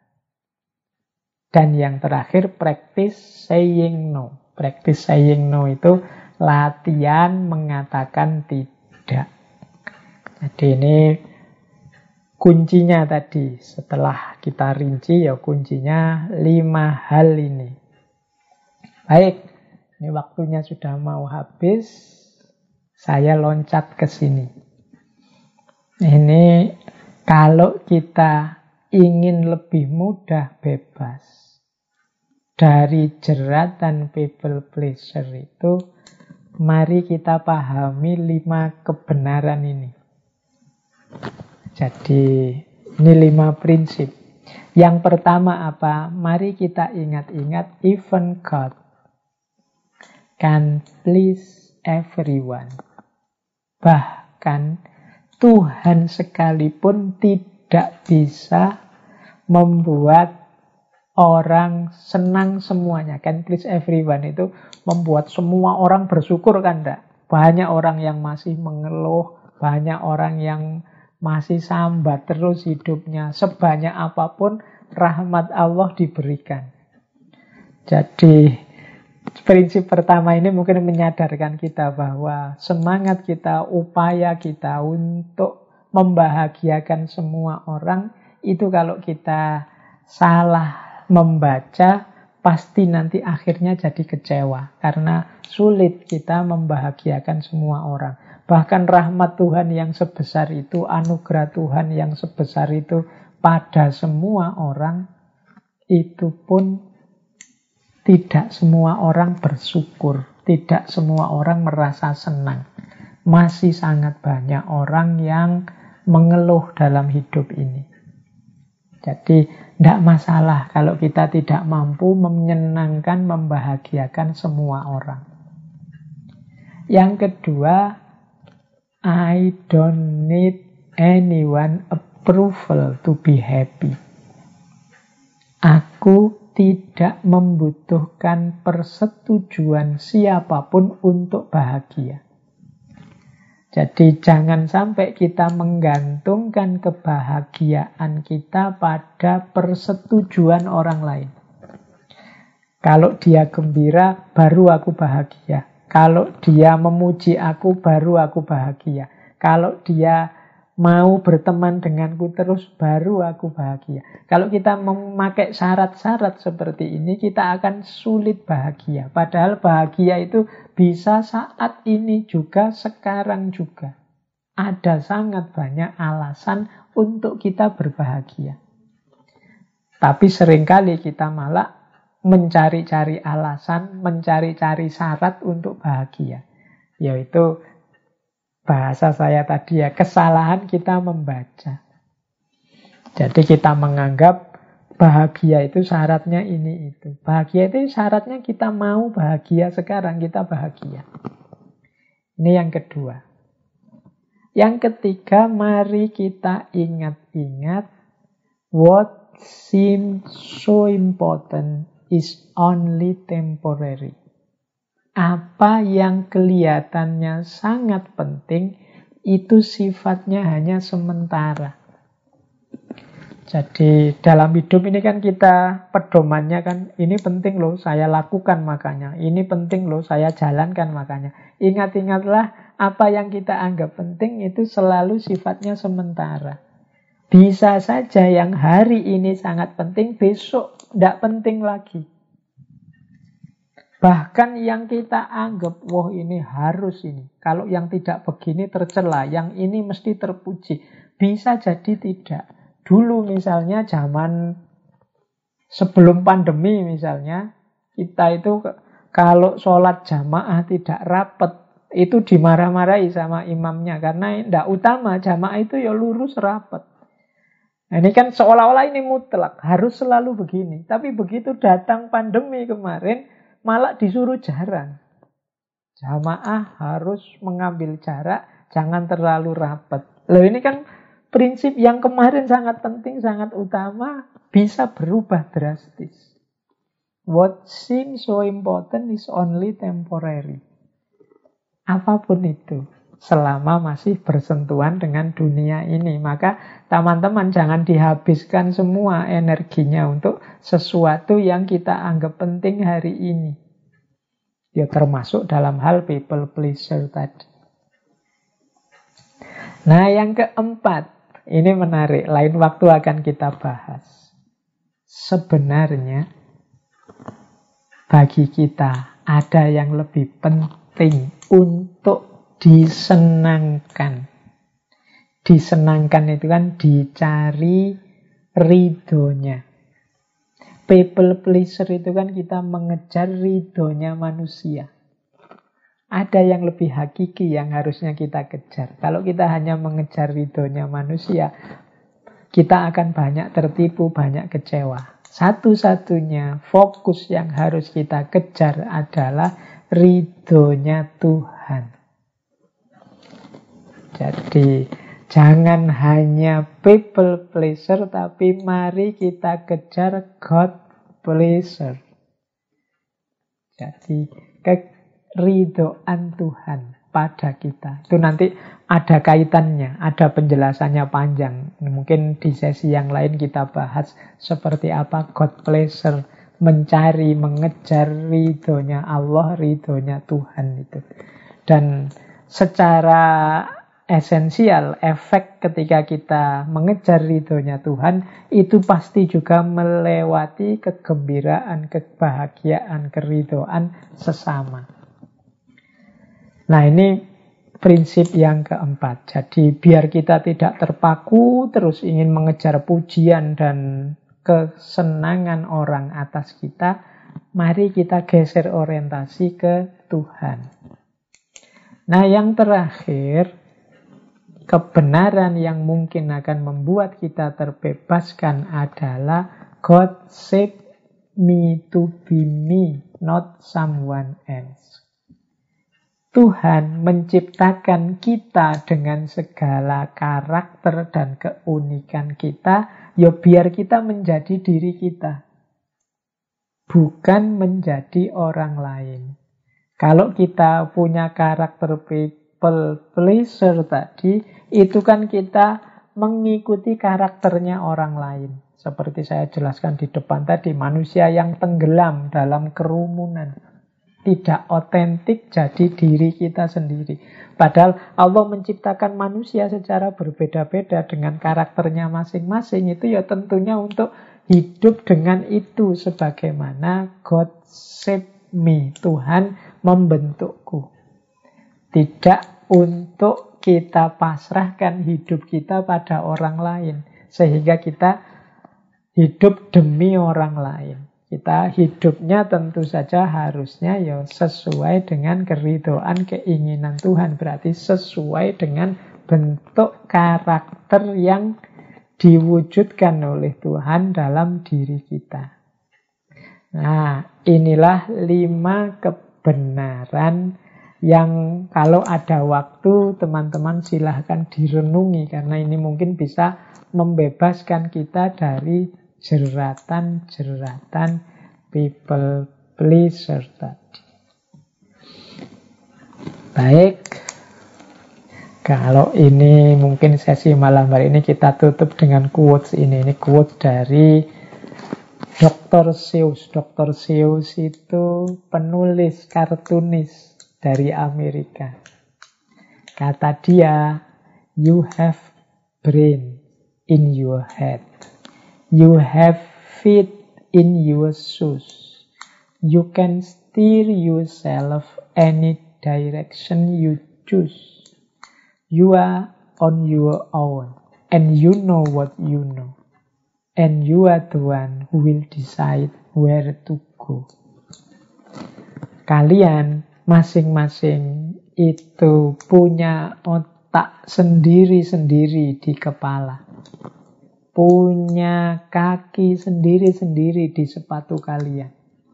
Dan yang terakhir, practice saying no. Practice saying no itu latihan mengatakan tidak. Jadi ini kuncinya tadi. Setelah kita rinci, ya kuncinya 5 hal ini. Baik, ini waktunya sudah mau habis. Saya loncat ke sini. Ini kalau kita ingin lebih mudah bebas dari jeratan people pleaser itu, mari kita pahami 5 kebenaran ini. Jadi, ini 5 prinsip. Yang pertama apa? Mari kita ingat-ingat, even God can please everyone. Bahkan Tuhan sekalipun tidak bisa membuat orang senang semuanya. Can please everyone itu membuat semua orang bersyukur kan enggak? Banyak orang yang masih mengeluh, banyak orang yang masih sambat terus hidupnya. Sebanyak apapun rahmat Allah diberikan. Jadi prinsip pertama ini mungkin menyadarkan kita bahwa semangat kita, upaya kita untuk membahagiakan semua orang itu kalau kita salah membaca, pasti nanti akhirnya jadi kecewa. Karena sulit kita membahagiakan semua orang. Bahkan rahmat Tuhan yang sebesar itu, anugerah Tuhan yang sebesar itu pada semua orang, itu pun tidak semua orang bersyukur. Tidak semua orang merasa senang. Masih sangat banyak orang yang mengeluh dalam hidup ini. Jadi, tidak masalah kalau kita tidak mampu menyenangkan, membahagiakan semua orang. Yang kedua, I don't need anyone approval to be happy. Aku tidak membutuhkan persetujuan siapapun untuk bahagia. Jadi jangan sampai kita menggantungkan kebahagiaan kita pada persetujuan orang lain. Kalau dia gembira, baru aku bahagia. Kalau dia memuji aku, baru aku bahagia. Kalau dia mau berteman denganku terus, baru aku bahagia. Kalau kita memakai syarat-syarat seperti ini, kita akan sulit bahagia. Padahal bahagia itu bisa saat ini juga, sekarang juga. Ada sangat banyak alasan untuk kita berbahagia. Tapi seringkali kita malah mencari-cari alasan, mencari-cari syarat untuk bahagia. Yaitu bahasa saya tadi ya, kesalahan kita membaca. Jadi kita menganggap bahagia itu syaratnya ini itu. Bahagia itu syaratnya kita mau bahagia sekarang, kita bahagia. Ini yang kedua. Yang ketiga, mari kita ingat-ingat what seems so important is only temporary. Apa yang kelihatannya sangat penting itu sifatnya hanya sementara. Jadi dalam hidup ini kan kita pedomannya kan, ini penting loh saya lakukan makanya, ini penting loh saya jalankan makanya. Ingat-ingatlah apa yang kita anggap penting itu selalu sifatnya sementara. Bisa saja yang hari ini sangat penting, besok tidak penting lagi. Bahkan yang kita anggap, wah ini harus ini. Kalau yang tidak begini tercela, yang ini mesti terpuji. Bisa jadi tidak. Dulu misalnya zaman sebelum pandemi misalnya, kita itu kalau sholat jamaah tidak rapat, itu dimarah-marahi sama imamnya. Karena tidak utama, jamaah itu ya lurus rapat. Nah, ini kan seolah-olah ini mutlak, harus selalu begini. Tapi begitu datang pandemi kemarin, malah disuruh jarang. Jamaah harus mengambil jarak, jangan terlalu rapat. Loh ini kan prinsip yang kemarin sangat penting, sangat utama, bisa berubah drastis. What seems so important is only temporary. Apapun itu, selama masih bersentuhan dengan dunia ini. Maka teman-teman jangan dihabiskan semua energinya untuk sesuatu yang kita anggap penting hari ini. Ya termasuk dalam hal people pleaser tadi. Nah yang keempat, ini menarik, lain waktu akan kita bahas. Sebenarnya bagi kita ada yang lebih penting untuk disenangkan. Disenangkan itu kan dicari ridhonya. People pleaser itu kan kita mengejar ridhonya manusia. Ada yang lebih hakiki yang harusnya kita kejar. Kalau kita hanya mengejar ridhonya manusia, kita akan banyak tertipu, banyak kecewa. Satu-satunya fokus yang harus kita kejar adalah ridhonya Tuhan. Jadi jangan hanya people pleaser, tapi mari kita kejar God pleaser. Jadi keridhoan Tuhan pada kita. Itu nanti ada kaitannya, ada penjelasannya panjang. Mungkin di sesi yang lain kita bahas seperti apa God pleaser, mencari, mengejar ridhonya Allah, ridhonya Tuhan itu. Dan secara esensial, efek ketika kita mengejar ridhonya Tuhan, itu pasti juga melewati kegembiraan, kebahagiaan, keridhoan sesama. Nah ini prinsip yang keempat. Jadi biar kita tidak terpaku terus ingin mengejar pujian dan kesenangan orang atas kita, mari kita geser orientasi ke Tuhan. Nah yang terakhir, kebenaran yang mungkin akan membuat kita terbebaskan adalah God save me to be me, not someone else. Tuhan menciptakan kita dengan segala karakter dan keunikan kita, ya biar kita menjadi diri kita, bukan menjadi orang lain. Kalau kita punya karakter people pleaser tadi, itu kan kita mengikuti karakternya orang lain. Seperti saya jelaskan di depan tadi, manusia yang tenggelam dalam kerumunan, tidak otentik jadi diri kita sendiri. Padahal Allah menciptakan manusia secara berbeda-beda dengan karakternya masing-masing. Itu ya tentunya untuk hidup dengan itu. Sebagaimana God shape me, Tuhan membentukku. Tidak untuk kita pasrahkan hidup kita pada orang lain, sehingga kita hidup demi orang lain. Kita hidupnya tentu saja harusnya ya sesuai dengan keridhaan keinginan Tuhan. Berarti sesuai dengan bentuk karakter yang diwujudkan oleh Tuhan dalam diri kita. Nah, inilah 5 kebenaran yang kalau ada waktu teman-teman silahkan direnungi. Karena ini mungkin bisa membebaskan kita dari jeratan-jeratan people pleaser tadi. Baik, kalau ini mungkin sesi malam hari ini kita tutup dengan quotes ini. Ini quote dari Dr. Seuss. Dr. Seuss itu penulis, kartunis dari Amerika. Kata dia, "You have brain in your head. You have feet in your shoes. You can steer yourself any direction you choose. You are on your own, and you know what you know. And you are the one who will decide where to go." Kalian masing-masing itu punya otak sendiri-sendiri di kepala. Punya kaki sendiri-sendiri di sepatu kalian.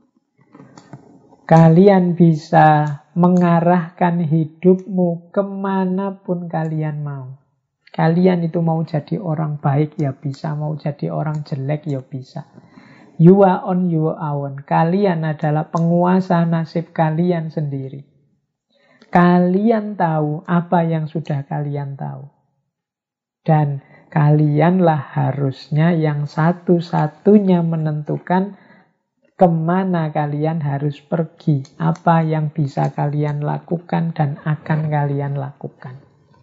Kalian bisa mengarahkan hidupmu kemanapun kalian mau. Kalian itu mau jadi orang baik ya bisa, mau jadi orang jelek ya bisa. You are on your own. Kalian adalah penguasa nasib kalian sendiri. Kalian tahu apa yang sudah kalian tahu. Dan kalianlah harusnya yang satu-satunya menentukan kemana kalian harus pergi, apa yang bisa kalian lakukan dan akan kalian lakukan.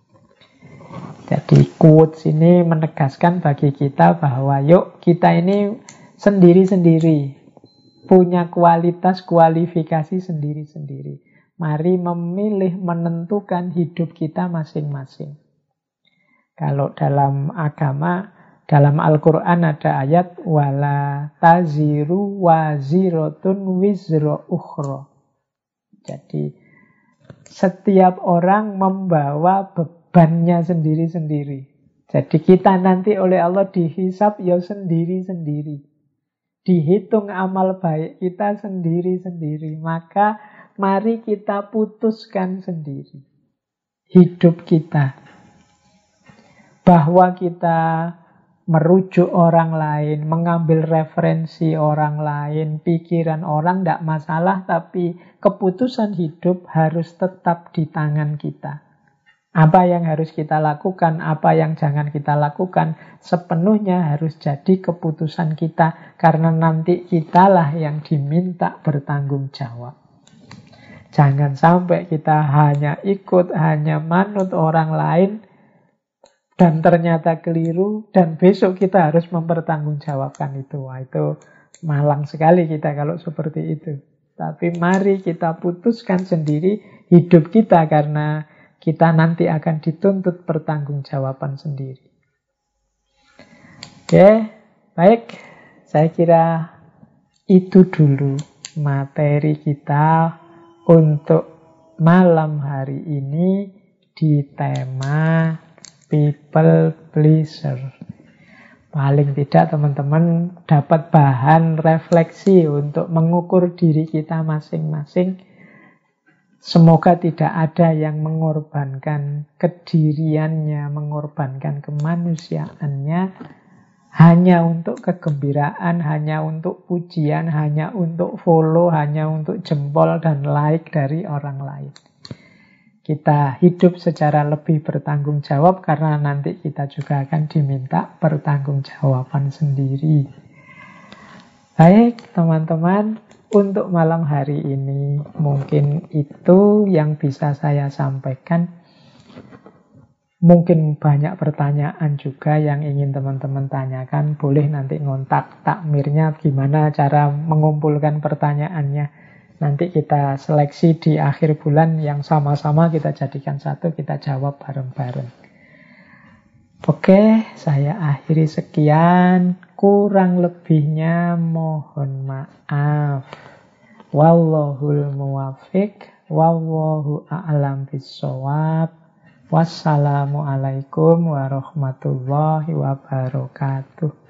Jadi quotes ini menegaskan bagi kita bahwa yuk kita ini sendiri-sendiri, punya kualitas, kualifikasi sendiri-sendiri. Mari memilih, menentukan hidup kita masing-masing. Kalau dalam agama, dalam Al-Quran ada ayat wala taziru waziratun wizra ukhra. Jadi setiap orang membawa bebannya sendiri-sendiri. Jadi kita nanti oleh Allah dihisab ya sendiri-sendiri. Dihitung amal baik kita sendiri-sendiri. Maka mari kita putuskan sendiri hidup kita. Bahwa kita merujuk orang lain, mengambil referensi orang lain, pikiran orang tidak masalah, tapi keputusan hidup harus tetap di tangan kita. Apa yang harus kita lakukan, apa yang jangan kita lakukan, sepenuhnya harus jadi keputusan kita, karena nanti kitalah yang diminta bertanggung jawab. Jangan sampai kita hanya ikut, hanya manut orang lain, dan ternyata keliru, dan besok kita harus mempertanggungjawabkan itu. Wah, itu malang sekali kita kalau seperti itu. Tapi mari kita putuskan sendiri hidup kita, karena kita nanti akan dituntut pertanggungjawaban sendiri. Oke, baik. Saya kira itu dulu materi kita untuk malam hari ini di tema people pleaser. Paling tidak teman-teman dapat bahan refleksi untuk mengukur diri kita masing-masing. Semoga tidak ada yang mengorbankan kediriannya, mengorbankan kemanusiaannya hanya untuk kegembiraan, hanya untuk pujian, hanya untuk follow, hanya untuk jempol dan like dari orang lain. Kita hidup secara lebih bertanggung jawab karena nanti kita juga akan diminta pertanggungjawaban sendiri. Baik, teman-teman. Untuk malam hari ini mungkin itu yang bisa saya sampaikan. Mungkin banyak pertanyaan juga yang ingin teman-teman tanyakan. Boleh nanti ngontak takmirnya gimana cara mengumpulkan pertanyaannya. Nanti kita seleksi di akhir bulan yang sama-sama kita jadikan satu, kita jawab bareng-bareng. Oke, saya akhiri sekian. Kurang lebihnya mohon maaf. Wallahul muwaffiq, wallahu a'lam bishawab. Wassalamualaikum warahmatullahi wabarakatuh.